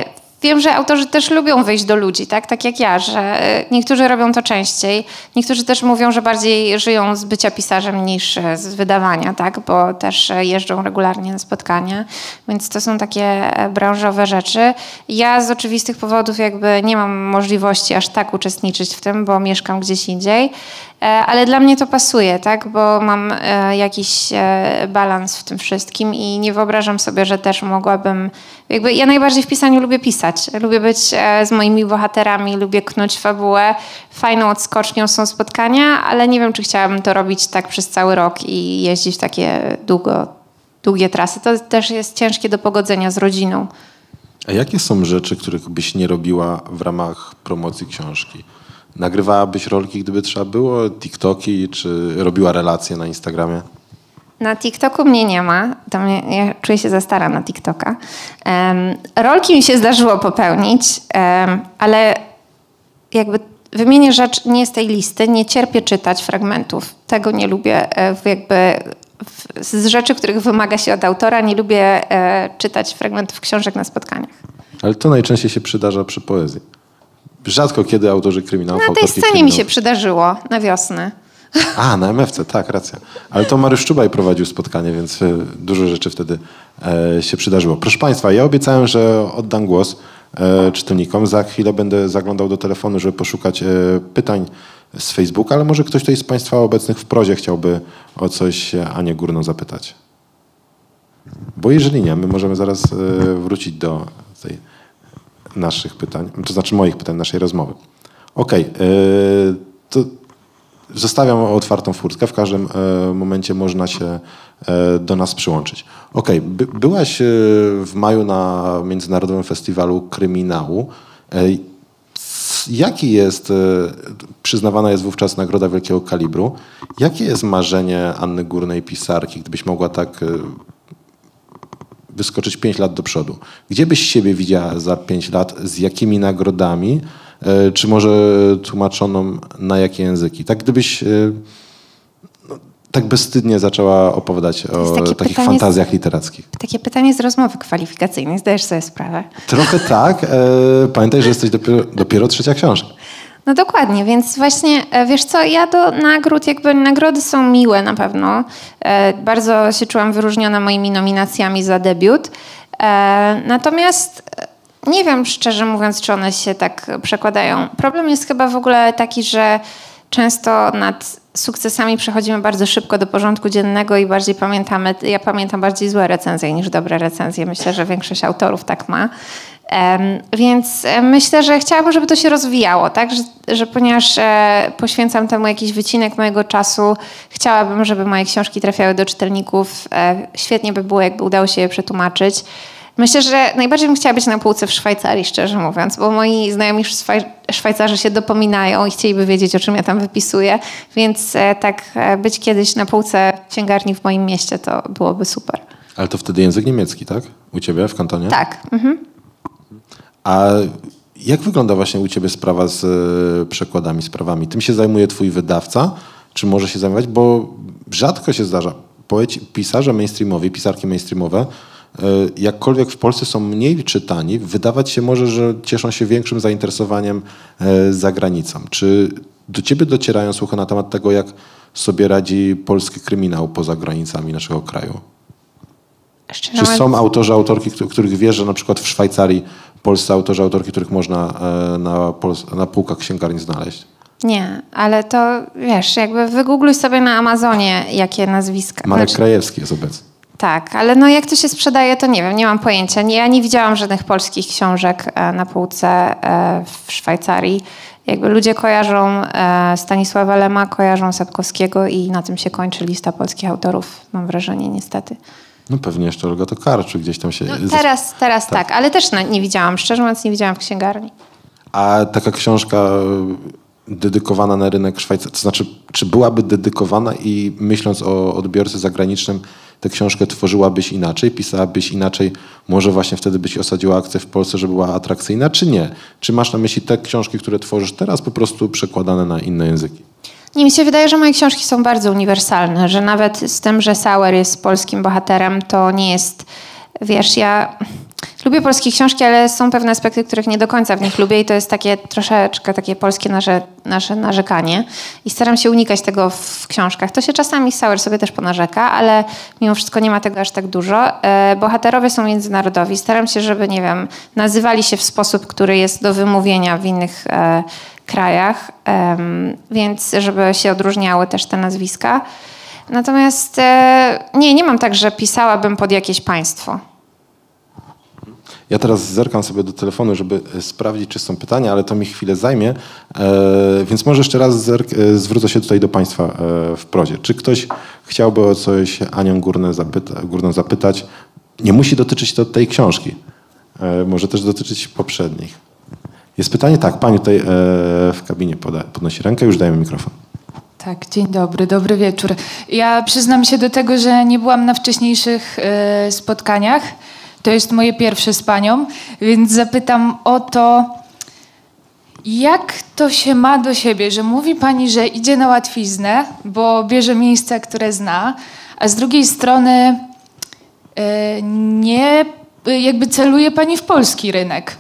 wiem, że autorzy też lubią wyjść do ludzi, tak jak ja, że niektórzy robią to częściej. Niektórzy też mówią, że bardziej żyją z bycia pisarzem niż z wydawania, tak? Bo też jeżdżą regularnie na spotkania, więc to są takie branżowe rzeczy. Ja z oczywistych powodów jakby nie mam możliwości aż tak uczestniczyć w tym, bo mieszkam gdzieś indziej, ale dla mnie to pasuje, tak? Bo mam jakiś balans w tym wszystkim i nie wyobrażam sobie, że też mogłabym... Jakby ja najbardziej w pisaniu lubię pisać. Lubię być z moimi bohaterami, lubię knuć fabułę. Fajną odskocznią są spotkania, ale nie wiem, czy chciałabym to robić tak przez cały rok i jeździć w takie długie trasy. To też jest ciężkie do pogodzenia z rodziną. A jakie są rzeczy, których byś nie robiła w ramach promocji książki? Nagrywałabyś rolki, gdyby trzeba było? TikToki, czy robiła relacje na Instagramie? Na TikToku mnie nie ma. Ja czuję się za stara na TikToka. Rolki mi się zdarzyło popełnić, ale jakby wymienię rzecz nie z tej listy. Nie cierpię czytać fragmentów. Tego nie lubię. Z rzeczy, których wymaga się od autora, nie lubię czytać fragmentów książek na spotkaniach. Ale to najczęściej się przydarza przy poezji. Rzadko kiedy autorzy kryminałów, Na tej autorki scenie mi kryminałów. się przydarzyło na wiosnę. A, na MFC, tak, racja. Ale to Mariusz Czubaj prowadził spotkanie, więc dużo rzeczy wtedy się przydarzyło. Proszę Państwa, ja obiecałem, że oddam głos czytelnikom. Za chwilę będę zaglądał do telefonu, żeby poszukać pytań z Facebooka, ale może ktoś tutaj z Państwa obecnych w prozie chciałby o coś Anię Górną zapytać. Bo jeżeli nie, my możemy zaraz wrócić do tej naszych pytań, to znaczy moich pytań, naszej rozmowy. Okej, to zostawiam otwartą furtkę. W każdym momencie można się do nas przyłączyć. Okej, byłaś w maju na Międzynarodowym Festiwalu Kryminału. Jaki jest, przyznawana jest wówczas Nagroda Wielkiego Kalibru, jakie jest marzenie Anny Górnej, pisarki, gdybyś mogła tak wyskoczyć 5 lat do przodu? Gdzie byś siebie widziała za 5 lat, z jakimi nagrodami, czy może tłumaczoną na jakie języki? Tak gdybyś tak bezwstydnie zaczęła opowiadać o takich fantazjach literackich. Takie pytanie z rozmowy kwalifikacyjnej, zdajesz sobie sprawę? Trochę tak. Pamiętaj, że jesteś dopiero trzecia książka. No dokładnie, więc właśnie, wiesz co, ja do nagród, jakby nagrody są miłe na pewno. Bardzo się czułam wyróżniona moimi nominacjami za debiut. Natomiast nie wiem, szczerze mówiąc, czy one się tak przekładają. Problem jest chyba w ogóle taki, że często nad sukcesami przechodzimy bardzo szybko do porządku dziennego i bardziej pamiętamy, ja pamiętam bardziej złe recenzje niż dobre recenzje. Myślę, że większość autorów tak ma. Więc myślę, że chciałabym, żeby to się rozwijało, tak? Że ponieważ poświęcam temu jakiś wycinek mojego czasu, chciałabym, żeby moje książki trafiały do czytelników. Świetnie by było, jakby udało się je przetłumaczyć. Myślę, że najbardziej bym chciała być na półce w Szwajcarii, szczerze mówiąc, bo moi znajomi Szwajcarzy się dopominają i chcieliby wiedzieć, o czym ja tam wypisuję, więc tak być kiedyś na półce księgarni w moim mieście to byłoby super. Ale to wtedy język niemiecki, tak? U ciebie w kantonie? Tak. Mhm. A jak wygląda właśnie u ciebie sprawa z przekładami, sprawami? Tym się zajmuje twój wydawca? Czy może się zajmować? Bo rzadko się zdarza. Pisarze mainstreamowi, pisarki mainstreamowe, jakkolwiek w Polsce są mniej czytani, wydawać się może, że cieszą się większym zainteresowaniem za granicą. Czy do ciebie docierają słuchy na temat tego, jak sobie radzi polski kryminał poza granicami naszego kraju? Czy są autorzy, autorki, których wiesz, że na przykład w Szwajcarii polscy autorzy, autorki, których można na półkach księgarni znaleźć? Nie, ale to wiesz, jakby wygoogluj sobie na Amazonie, jakie nazwiska. Marek Krajewski jest obecny. Tak, ale no jak to się sprzedaje, to nie wiem, nie mam pojęcia. Ja nie widziałam żadnych polskich książek na półce w Szwajcarii. Jakby ludzie kojarzą Stanisława Lema, kojarzą Sapkowskiego i na tym się kończy lista polskich autorów, mam wrażenie, niestety. No pewnie jeszcze Olga Tokarczuk gdzieś tam się... No, teraz tak, ale też nie widziałam, szczerze mówiąc nie widziałam w księgarni. A taka książka dedykowana na rynek szwajcarski, to znaczy, czy byłaby dedykowana i myśląc o odbiorcy zagranicznym, tę książkę tworzyłabyś inaczej, pisałabyś inaczej, może właśnie wtedy byś osadziła akcję w Polsce, że była atrakcyjna, czy nie? Czy masz na myśli te książki, które tworzysz teraz, po prostu przekładane na inne języki? Nie, mi się wydaje, że moje książki są bardzo uniwersalne, że nawet z tym, że Sauer jest polskim bohaterem, to nie jest, wiesz, ja Lubię polskie książki, ale są pewne aspekty, których nie do końca w nich lubię i to jest takie troszeczkę takie polskie nasze narzekanie i staram się unikać tego w książkach. To się czasami Sauer sobie też ponarzeka, ale mimo wszystko nie ma tego aż tak dużo. Bohaterowie są międzynarodowi. Staram się, żeby, nie wiem, nazywali się w sposób, który jest do wymówienia w innych krajach, więc żeby się odróżniały też te nazwiska. Natomiast nie mam tak, że pisałabym pod jakieś państwo. Ja teraz zerkam sobie do telefonu, żeby sprawdzić, czy są pytania, ale to mi chwilę zajmie, więc może jeszcze raz zwrócę się tutaj do Państwa w prozie. Czy ktoś chciałby o coś Anią Górną zapytać? Nie musi dotyczyć to tej książki, może też dotyczyć poprzednich. Jest pytanie? Tak, Pani tutaj w kabinie podnosi rękę, już dajemy mikrofon. Tak, dzień dobry, dobry wieczór. Ja przyznam się do tego, że nie byłam na wcześniejszych spotkaniach. To jest moje pierwsze z Panią, więc zapytam o to, jak to się ma do siebie, że mówi Pani, że idzie na łatwiznę, bo bierze miejsca, które zna, a z drugiej strony nie jakby celuje Pani w polski rynek,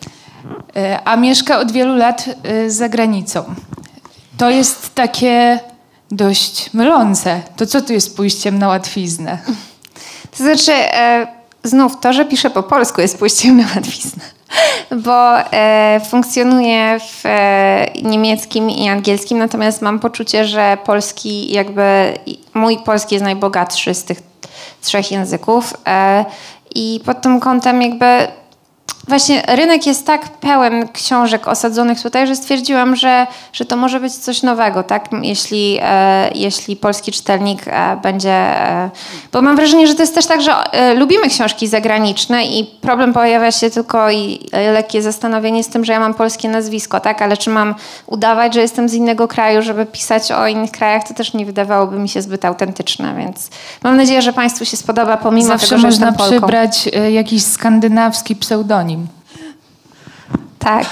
a mieszka od wielu lat za granicą. To jest takie dość mylące. To co tu jest pójściem na łatwiznę? To znaczy, znów to, że piszę po polsku jest pójściem na łatwiznę, bo funkcjonuję w niemieckim i angielskim, natomiast mam poczucie, że polski mój polski jest najbogatszy z tych trzech języków i pod tym kątem właśnie rynek jest tak pełen książek osadzonych tutaj, że stwierdziłam, że to może być coś nowego, tak? Jeśli polski czytelnik będzie... Bo mam wrażenie, że to jest też tak, że lubimy książki zagraniczne i problem pojawia się tylko i lekkie zastanowienie z tym, że ja mam polskie nazwisko, tak? Ale czy mam udawać, że jestem z innego kraju, żeby pisać o innych krajach, to też nie wydawałoby mi się zbyt autentyczne, więc mam nadzieję, że Państwu się spodoba, pomimo Zawsze tego, że jestem można Polką. przybrać jakiś skandynawski pseudonim. Tak.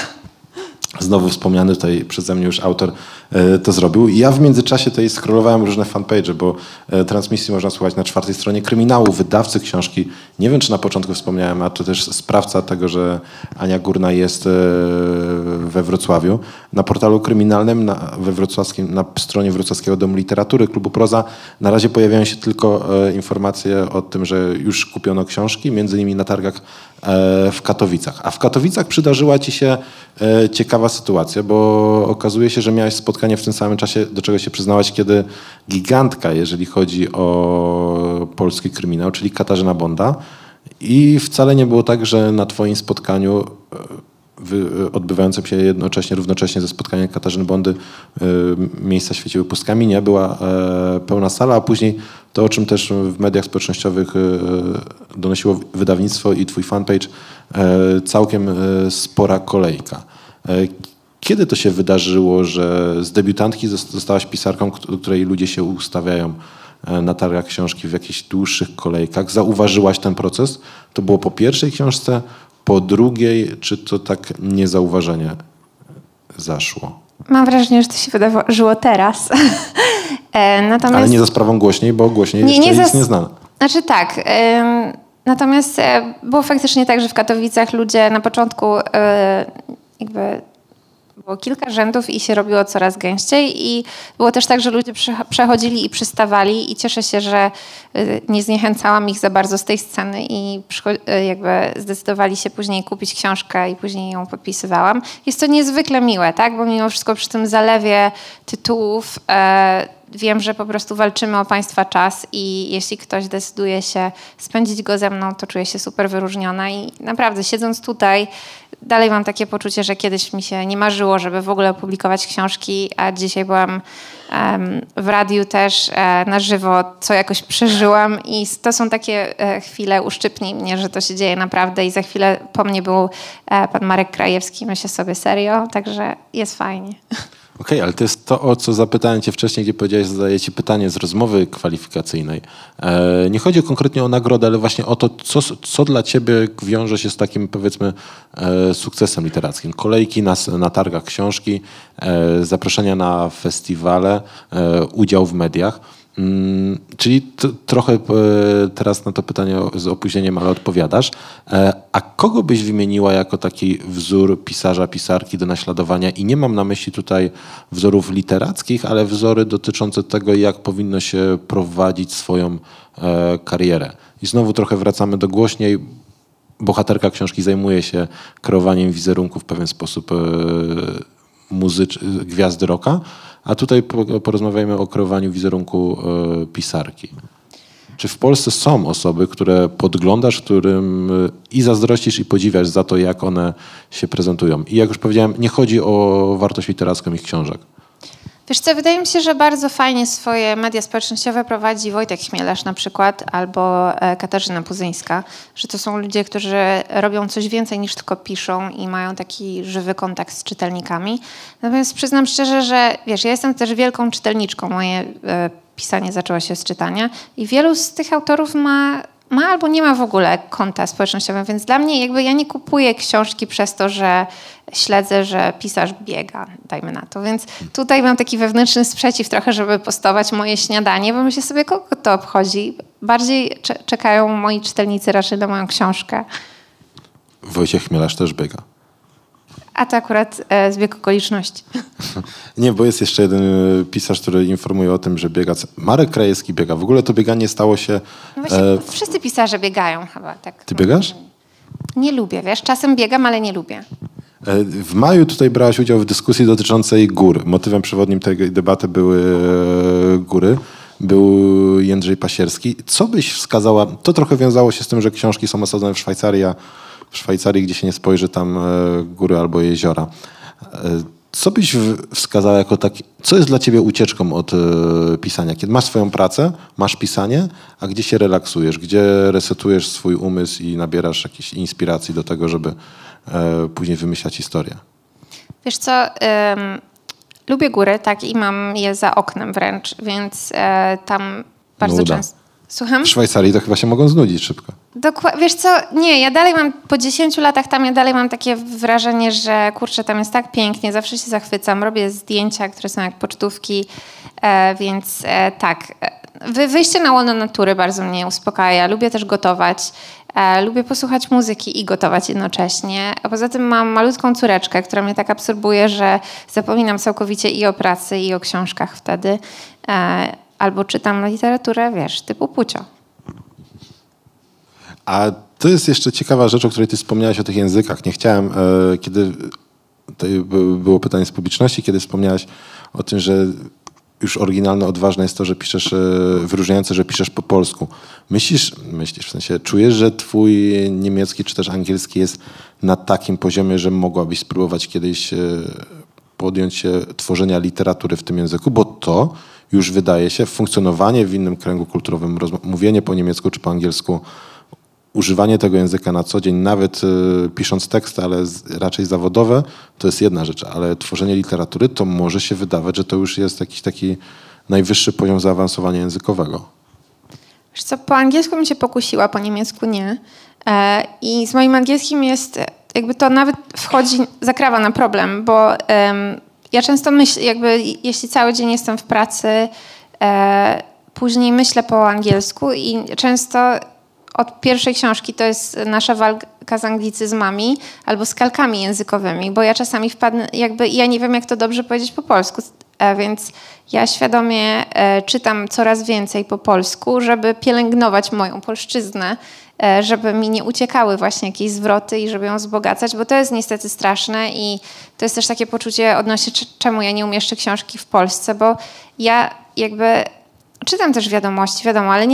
Znowu wspomniany tutaj przeze mnie już autor to zrobił. Ja w międzyczasie tutaj scrollowałem różne fanpage, bo transmisji można słuchać na 4. stronie Kryminału, wydawcy książki. Nie wiem, czy na początku wspomniałem, a to też sprawca tego, że Ania Górna jest we Wrocławiu. Na portalu kryminalnym na stronie Wrocławskiego Domu Literatury Klubu Proza na razie pojawiają się tylko informacje o tym, że już kupiono książki, między innymi na targach w Katowicach. A w Katowicach przydarzyła ci się ciekawa sytuacja, bo okazuje się, że miałeś spotkanie w tym samym czasie, do czego się przyznałaś, kiedy gigantka, jeżeli chodzi o polski kryminał, czyli Katarzyna Bonda. I wcale nie było tak, że na twoim spotkaniu odbywającym się równocześnie ze spotkaniem Katarzyny Bondy miejsca świeciły pustkami. Nie, była pełna sala, a później to, o czym też w mediach społecznościowych donosiło wydawnictwo i twój fanpage, całkiem spora kolejka. Kiedy to się wydarzyło, że z debiutantki zostałaś pisarką, do której ludzie się ustawiają na targach książki w jakichś dłuższych kolejkach? Zauważyłaś ten proces? To było po pierwszej książce, po drugiej, czy to tak niezauważenie zaszło? Mam wrażenie, że to się wydarzyło teraz. Natomiast... Ale nie za sprawą Głośniej, bo Głośniej jeszcze jest nieznana. Znaczy tak. Natomiast było faktycznie tak, że w Katowicach ludzie na początku było kilka rzędów i się robiło coraz gęściej i było też tak, że ludzie przechodzili i przystawali i cieszę się, że nie zniechęcałam ich za bardzo z tej sceny i zdecydowali się później kupić książkę i później ją podpisywałam. Jest to niezwykle miłe, tak? Bo mimo wszystko przy tym zalewie tytułów wiem, że po prostu walczymy o Państwa czas i jeśli ktoś decyduje się spędzić go ze mną, to czuję się super wyróżniona i naprawdę siedząc tutaj dalej mam takie poczucie, że kiedyś mi się nie marzyło, żeby w ogóle opublikować książki, a dzisiaj byłam w radiu też na żywo, co jakoś przeżyłam i to są takie chwile, uszczypnij mnie, że to się dzieje naprawdę i za chwilę po mnie był pan Marek Krajewski, myślę sobie serio, także jest fajnie. Okej, ale to jest to, o co zapytałem cię wcześniej, gdzie powiedziałeś, że zadaję ci pytanie z rozmowy kwalifikacyjnej. Nie chodzi konkretnie o nagrodę, ale właśnie o to, co dla ciebie wiąże się z takim, powiedzmy, sukcesem literackim. Kolejki na targach książki, zaproszenia na festiwale, udział w mediach. Czyli trochę teraz na to pytanie z opóźnieniem, ale odpowiadasz. A kogo byś wymieniła jako taki wzór pisarza, pisarki do naśladowania? I nie mam na myśli tutaj wzorów literackich, ale wzory dotyczące tego, jak powinno się prowadzić swoją karierę. I znowu trochę wracamy do głośniej. Bohaterka książki zajmuje się kreowaniem wizerunku w pewien sposób gwiazdy rocka, a tutaj porozmawiajmy o kreowaniu wizerunku pisarki. Czy w Polsce są osoby, które podglądasz, którym i zazdrościsz, i podziwiasz za to, jak one się prezentują? I jak już powiedziałem, nie chodzi o wartość literacką ich książek. Wiesz co, wydaje mi się, że bardzo fajnie swoje media społecznościowe prowadzi Wojtek Chmielarz na przykład, albo Katarzyna Puzyńska, że to są ludzie, którzy robią coś więcej niż tylko piszą i mają taki żywy kontakt z czytelnikami. Natomiast przyznam szczerze, że wiesz, ja jestem też wielką czytelniczką. Moje pisanie zaczęło się z czytania i wielu z tych autorów ma albo nie ma w ogóle konta społecznościowego, więc dla mnie jakby ja nie kupuję książki przez to, że śledzę, że pisarz biega, dajmy na to. Więc tutaj mam taki wewnętrzny sprzeciw trochę, żeby postować moje śniadanie, bo myślę sobie, kogo to obchodzi. Bardziej czekają moi czytelnicy raczej na moją książkę. Wojciech Chmielarz też biega. A to akurat zbieg okoliczności. Nie, bo jest jeszcze jeden pisarz, który informuje o tym, że biega. Marek Krajewski biega. W ogóle to bieganie stało się... No właśnie, wszyscy pisarze biegają chyba. Tak. Ty biegasz? Nie lubię, wiesz. Czasem biegam, ale nie lubię. W maju tutaj brałaś udział w dyskusji dotyczącej gór. Motywem przewodnim tej debaty były góry. Był Jędrzej Pasierski. Co byś wskazała? To trochę wiązało się z tym, że książki są osadzone w Szwajcarii, a w Szwajcarii, gdzie się nie spojrzy, tam góry albo jeziora. Co byś wskazała jako taki, co jest dla ciebie ucieczką od pisania? Kiedy masz swoją pracę, masz pisanie, a gdzie się relaksujesz? Gdzie resetujesz swój umysł i nabierasz jakiejś inspiracji do tego, żeby później wymyślać historię? Wiesz co, lubię góry, tak, i mam je za oknem wręcz, więc tam bardzo Nuda. często... Słucham? W Szwajcarii to chyba się mogą znudzić szybko. Wiesz co, nie, ja dalej mam, po 10 latach tam, ja dalej mam takie wrażenie, że kurczę, tam jest tak pięknie, zawsze się zachwycam, robię zdjęcia, które są jak pocztówki, więc tak. Wyjście na łono natury bardzo mnie uspokaja, lubię też gotować, lubię posłuchać muzyki i gotować jednocześnie, a poza tym mam malutką córeczkę, która mnie tak absorbuje, że zapominam całkowicie i o pracy, i o książkach wtedy, albo czytam literaturę, wiesz, typu Pucio. A to jest jeszcze ciekawa rzecz, o której ty wspomniałaś o tych językach. Nie chciałem, kiedy było pytanie z publiczności, kiedy wspomniałaś o tym, że już oryginalne, odważne jest to, że piszesz, wyróżniające, że piszesz po polsku. Myślisz, w sensie czujesz, że twój niemiecki czy też angielski jest na takim poziomie, że mogłabyś spróbować kiedyś podjąć się tworzenia literatury w tym języku, bo to już wydaje się funkcjonowanie w innym kręgu kulturowym, mówienie po niemiecku czy po angielsku, używanie tego języka na co dzień, nawet pisząc teksty, ale raczej zawodowe, to jest jedna rzecz, ale tworzenie literatury to może się wydawać, że to już jest jakiś taki najwyższy poziom zaawansowania językowego. Wiesz co, po angielsku bym się pokusiła, po niemiecku nie. I z moim angielskim jest, jakby to nawet zakrawa na problem, bo ja często myślę, jakby jeśli cały dzień jestem w pracy, później myślę po angielsku i często od pierwszej książki to jest nasza walka z anglicyzmami albo z kalkami językowymi, bo ja czasami wpadnę, ja nie wiem, jak to dobrze powiedzieć po polsku, więc ja świadomie czytam coraz więcej po polsku, żeby pielęgnować moją polszczyznę, żeby mi nie uciekały właśnie jakieś zwroty i żeby ją wzbogacać, bo to jest niestety straszne i to jest też takie poczucie odnośnie czemu ja nie umieszczę książki w Polsce, bo ja jakby czytam też wiadomości, wiadomo, ale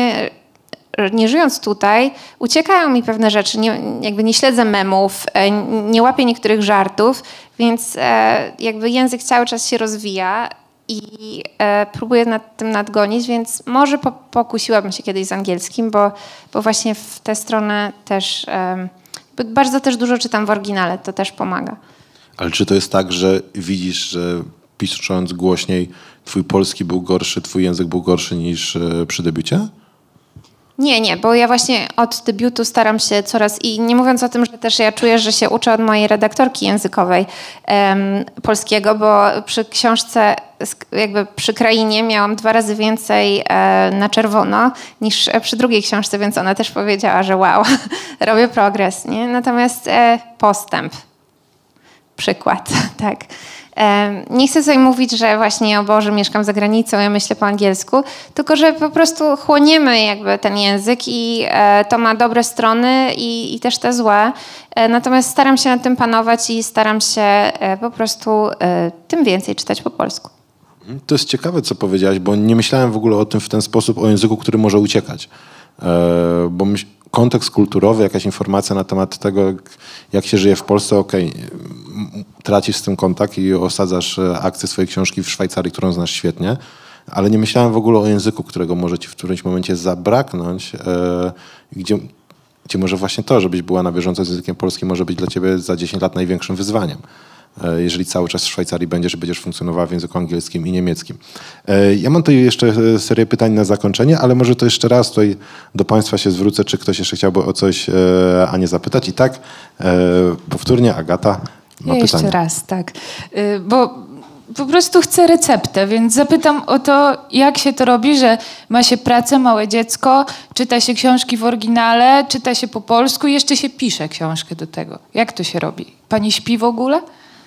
nie żyjąc tutaj, uciekają mi pewne rzeczy, nie śledzę memów, nie łapię niektórych żartów, więc jakby język cały czas się rozwija i próbuję nad tym nadgonić, więc może pokusiłabym się kiedyś z angielskim, bo właśnie w tę stronę też bardzo też dużo czytam w oryginale, to też pomaga. Ale czy to jest tak, że widzisz, że pisząc głośniej twój polski był gorszy, twój język był gorszy niż przy debiucie? Nie, bo ja właśnie od debiutu staram się i nie mówiąc o tym, że też ja czuję, że się uczę od mojej redaktorki językowej polskiego, bo przy książce jakby przy Krainie miałam 2 razy więcej na czerwono niż przy drugiej książce, więc ona też powiedziała, że wow, robię progres, nie? Natomiast postęp. Przykład, tak. Nie chcę sobie mówić, że właśnie, o Boże, mieszkam za granicą, ja myślę po angielsku, tylko że po prostu chłoniemy jakby ten język i to ma dobre strony i też te złe. Natomiast staram się nad tym panować i staram się po prostu tym więcej czytać po polsku. To jest ciekawe, co powiedziałaś, bo nie myślałem w ogóle o tym w ten sposób, o języku, który może uciekać. Bo kontekst kulturowy, jakaś informacja na temat tego, jak się żyje w Polsce, tracisz z tym kontakt i osadzasz akcję swojej książki w Szwajcarii, którą znasz świetnie, ale nie myślałem w ogóle o języku, którego może ci w którymś momencie zabraknąć, gdzie może właśnie to, żebyś była na bieżąco z językiem polskim, może być dla ciebie za 10 lat największym wyzwaniem. Jeżeli cały czas w Szwajcarii będziesz funkcjonowała w języku angielskim i niemieckim. Ja mam tutaj jeszcze serię pytań na zakończenie, ale może to jeszcze raz tutaj do Państwa się zwrócę, czy ktoś jeszcze chciałby o coś Anię zapytać. I tak, powtórnie Agata ma pytanie. Jeszcze raz, tak. Bo po prostu chcę receptę, więc zapytam o to, jak się to robi, że ma się pracę, małe dziecko, czyta się książki w oryginale, czyta się po polsku i jeszcze się pisze książkę do tego. Jak to się robi? Pani śpi w ogóle?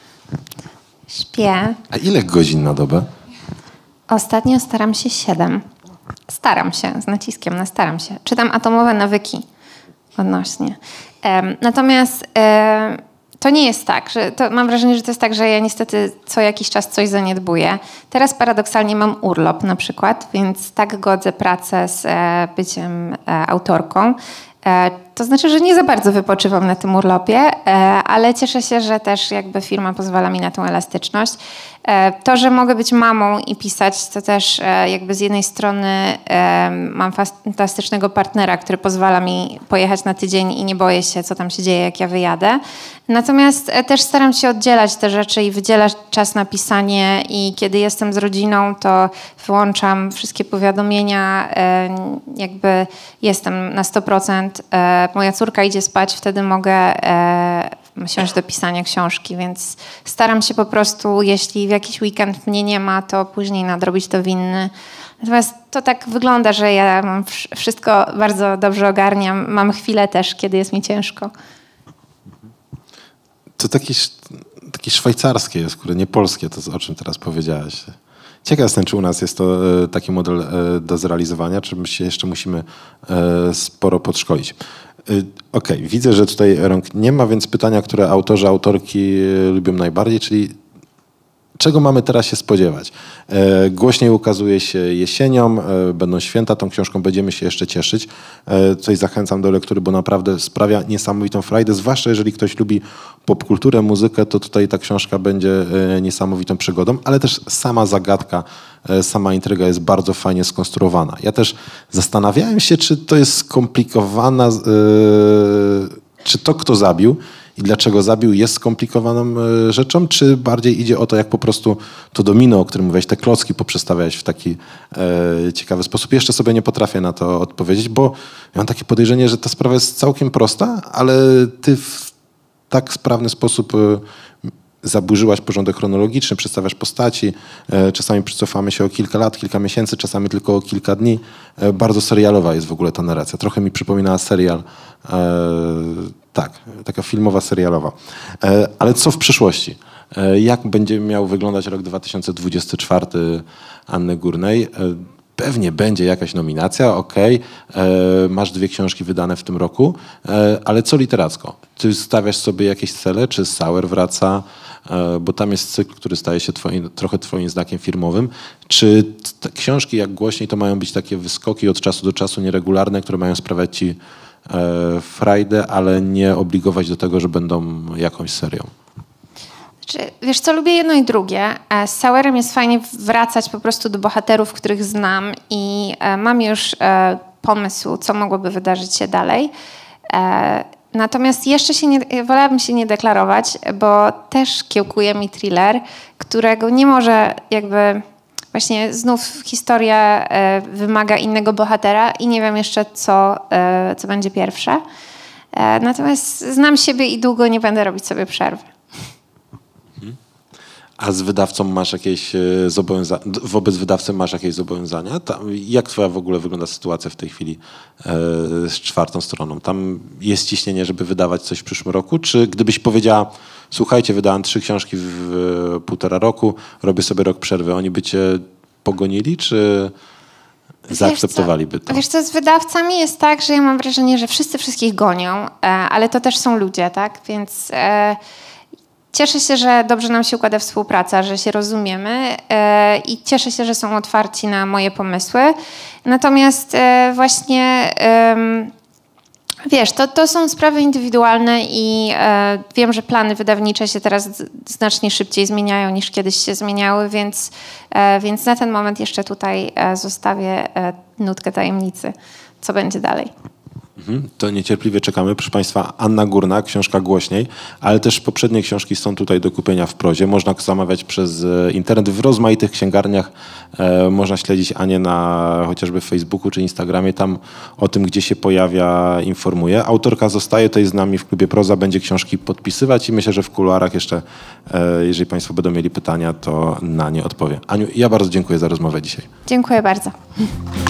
Śpię. A ile godzin na dobę? Ostatnio staram się 7. Staram się, z naciskiem na staram się. Czytam Atomowe nawyki odnośnie. Natomiast to nie jest tak, że mam wrażenie, że to jest tak, że ja niestety co jakiś czas coś zaniedbuję. Teraz paradoksalnie mam urlop na przykład, więc tak godzę pracę z byciem autorką. To znaczy, że nie za bardzo wypoczywam na tym urlopie, ale cieszę się, że też jakby firma pozwala mi na tą elastyczność. To, że mogę być mamą i pisać, to też jakby z jednej strony mam fantastycznego partnera, który pozwala mi pojechać na tydzień i nie boję się, co tam się dzieje, jak ja wyjadę. Natomiast też staram się oddzielać te rzeczy i wydzielać czas na pisanie i kiedy jestem z rodziną, to wyłączam wszystkie powiadomienia, jakby jestem na 100%. Moja córka idzie spać, wtedy mogę siąść do pisania książki, więc staram się po prostu, jeśli w jakiś weekend mnie nie ma, to później nadrobić to w inny. Natomiast to tak wygląda, że ja mam wszystko bardzo dobrze ogarniam. Mam chwilę też, kiedy jest mi ciężko. To takie szwajcarskie jest, nie polskie, to o czym teraz powiedziałaś. Ciekaw jestem, czy u nas jest to taki model do zrealizowania, czy my się jeszcze musimy sporo podszkolić. Okej, widzę, że tutaj rąk nie ma, więc pytania, które autorzy, autorki lubią najbardziej, czyli czego mamy teraz się spodziewać? Głośniej ukazuje się jesienią, będą święta, tą książką będziemy się jeszcze cieszyć. Tutaj zachęcam do lektury, bo naprawdę sprawia niesamowitą frajdę, zwłaszcza jeżeli ktoś lubi popkulturę, muzykę, to tutaj ta książka będzie niesamowitą przygodą, ale też sama zagadka, sama intryga jest bardzo fajnie skonstruowana. Ja też zastanawiałem się, czy to jest skomplikowana, czy to, kto zabił i dlaczego zabił, jest skomplikowaną rzeczą, czy bardziej idzie o to, jak po prostu to domino, o którym mówiłeś, te klocki poprzestawiałeś w taki ciekawy sposób. Jeszcze sobie nie potrafię na to odpowiedzieć, bo ja mam takie podejrzenie, że ta sprawa jest całkiem prosta, ale ty w tak sprawny sposób zaburzyłaś porządek chronologiczny, przedstawiasz postaci, czasami przycofamy się o kilka lat, kilka miesięcy, czasami tylko o kilka dni. Bardzo serialowa jest w ogóle ta narracja. Trochę mi przypomina serial, tak, taka filmowa, serialowa. Ale co w przyszłości? Jak będzie miał wyglądać rok 2024 Anny Górnej? Pewnie będzie jakaś nominacja, okej. Masz 2 książki wydane w tym roku, ale co literacko? Ty stawiasz sobie jakieś cele, czy Sauer wraca, bo tam jest cykl, który staje się trochę twoim znakiem firmowym. Czy te książki, jak głośniej, to mają być takie wyskoki od czasu do czasu, nieregularne, które mają sprawiać ci frajdę, ale nie obligować do tego, że będą jakąś serią? Wiesz co, lubię jedno i drugie. Z Sauerem jest fajnie wracać po prostu do bohaterów, których znam i mam już pomysł, co mogłoby wydarzyć się dalej. Natomiast jeszcze wolałabym się nie deklarować, bo też kiełkuje mi thriller, którego nie może jakby... Właśnie znów historia wymaga innego bohatera i nie wiem jeszcze, co będzie pierwsze. Natomiast znam siebie i długo nie będę robić sobie przerwy. A z wydawcą masz jakieś wobec wydawcy masz jakieś zobowiązania? Jak twoja w ogóle wygląda sytuacja w tej chwili z czwartą stroną? Tam jest ciśnienie, żeby wydawać coś w przyszłym roku? Czy gdybyś powiedziała, słuchajcie, wydałem 3 książki w 1,5 roku, robię sobie rok przerwy, oni by cię pogonili, czy zaakceptowaliby to? Wiesz co, z wydawcami jest tak, że ja mam wrażenie, że wszyscy wszystkich gonią, ale to też są ludzie, tak? Więc cieszę się, że dobrze nam się układa współpraca, że się rozumiemy i cieszę się, że są otwarci na moje pomysły. Natomiast właśnie wiesz, to są sprawy indywidualne i wiem, że plany wydawnicze się teraz znacznie szybciej zmieniają niż kiedyś się zmieniały, więc na ten moment jeszcze tutaj zostawię nutkę tajemnicy, co będzie dalej. To niecierpliwie czekamy. Proszę Państwa, Anna Górna, książka Głośniej, ale też poprzednie książki są tutaj do kupienia w prozie. Można zamawiać przez internet w rozmaitych księgarniach. Można śledzić Anię na chociażby Facebooku czy Instagramie. Tam o tym, gdzie się pojawia, informuje. Autorka zostaje tutaj z nami w Klubie Proza, będzie książki podpisywać i myślę, że w kuluarach jeszcze, jeżeli Państwo będą mieli pytania, to na nie odpowie. Aniu, ja bardzo dziękuję za rozmowę dzisiaj. Dziękuję bardzo.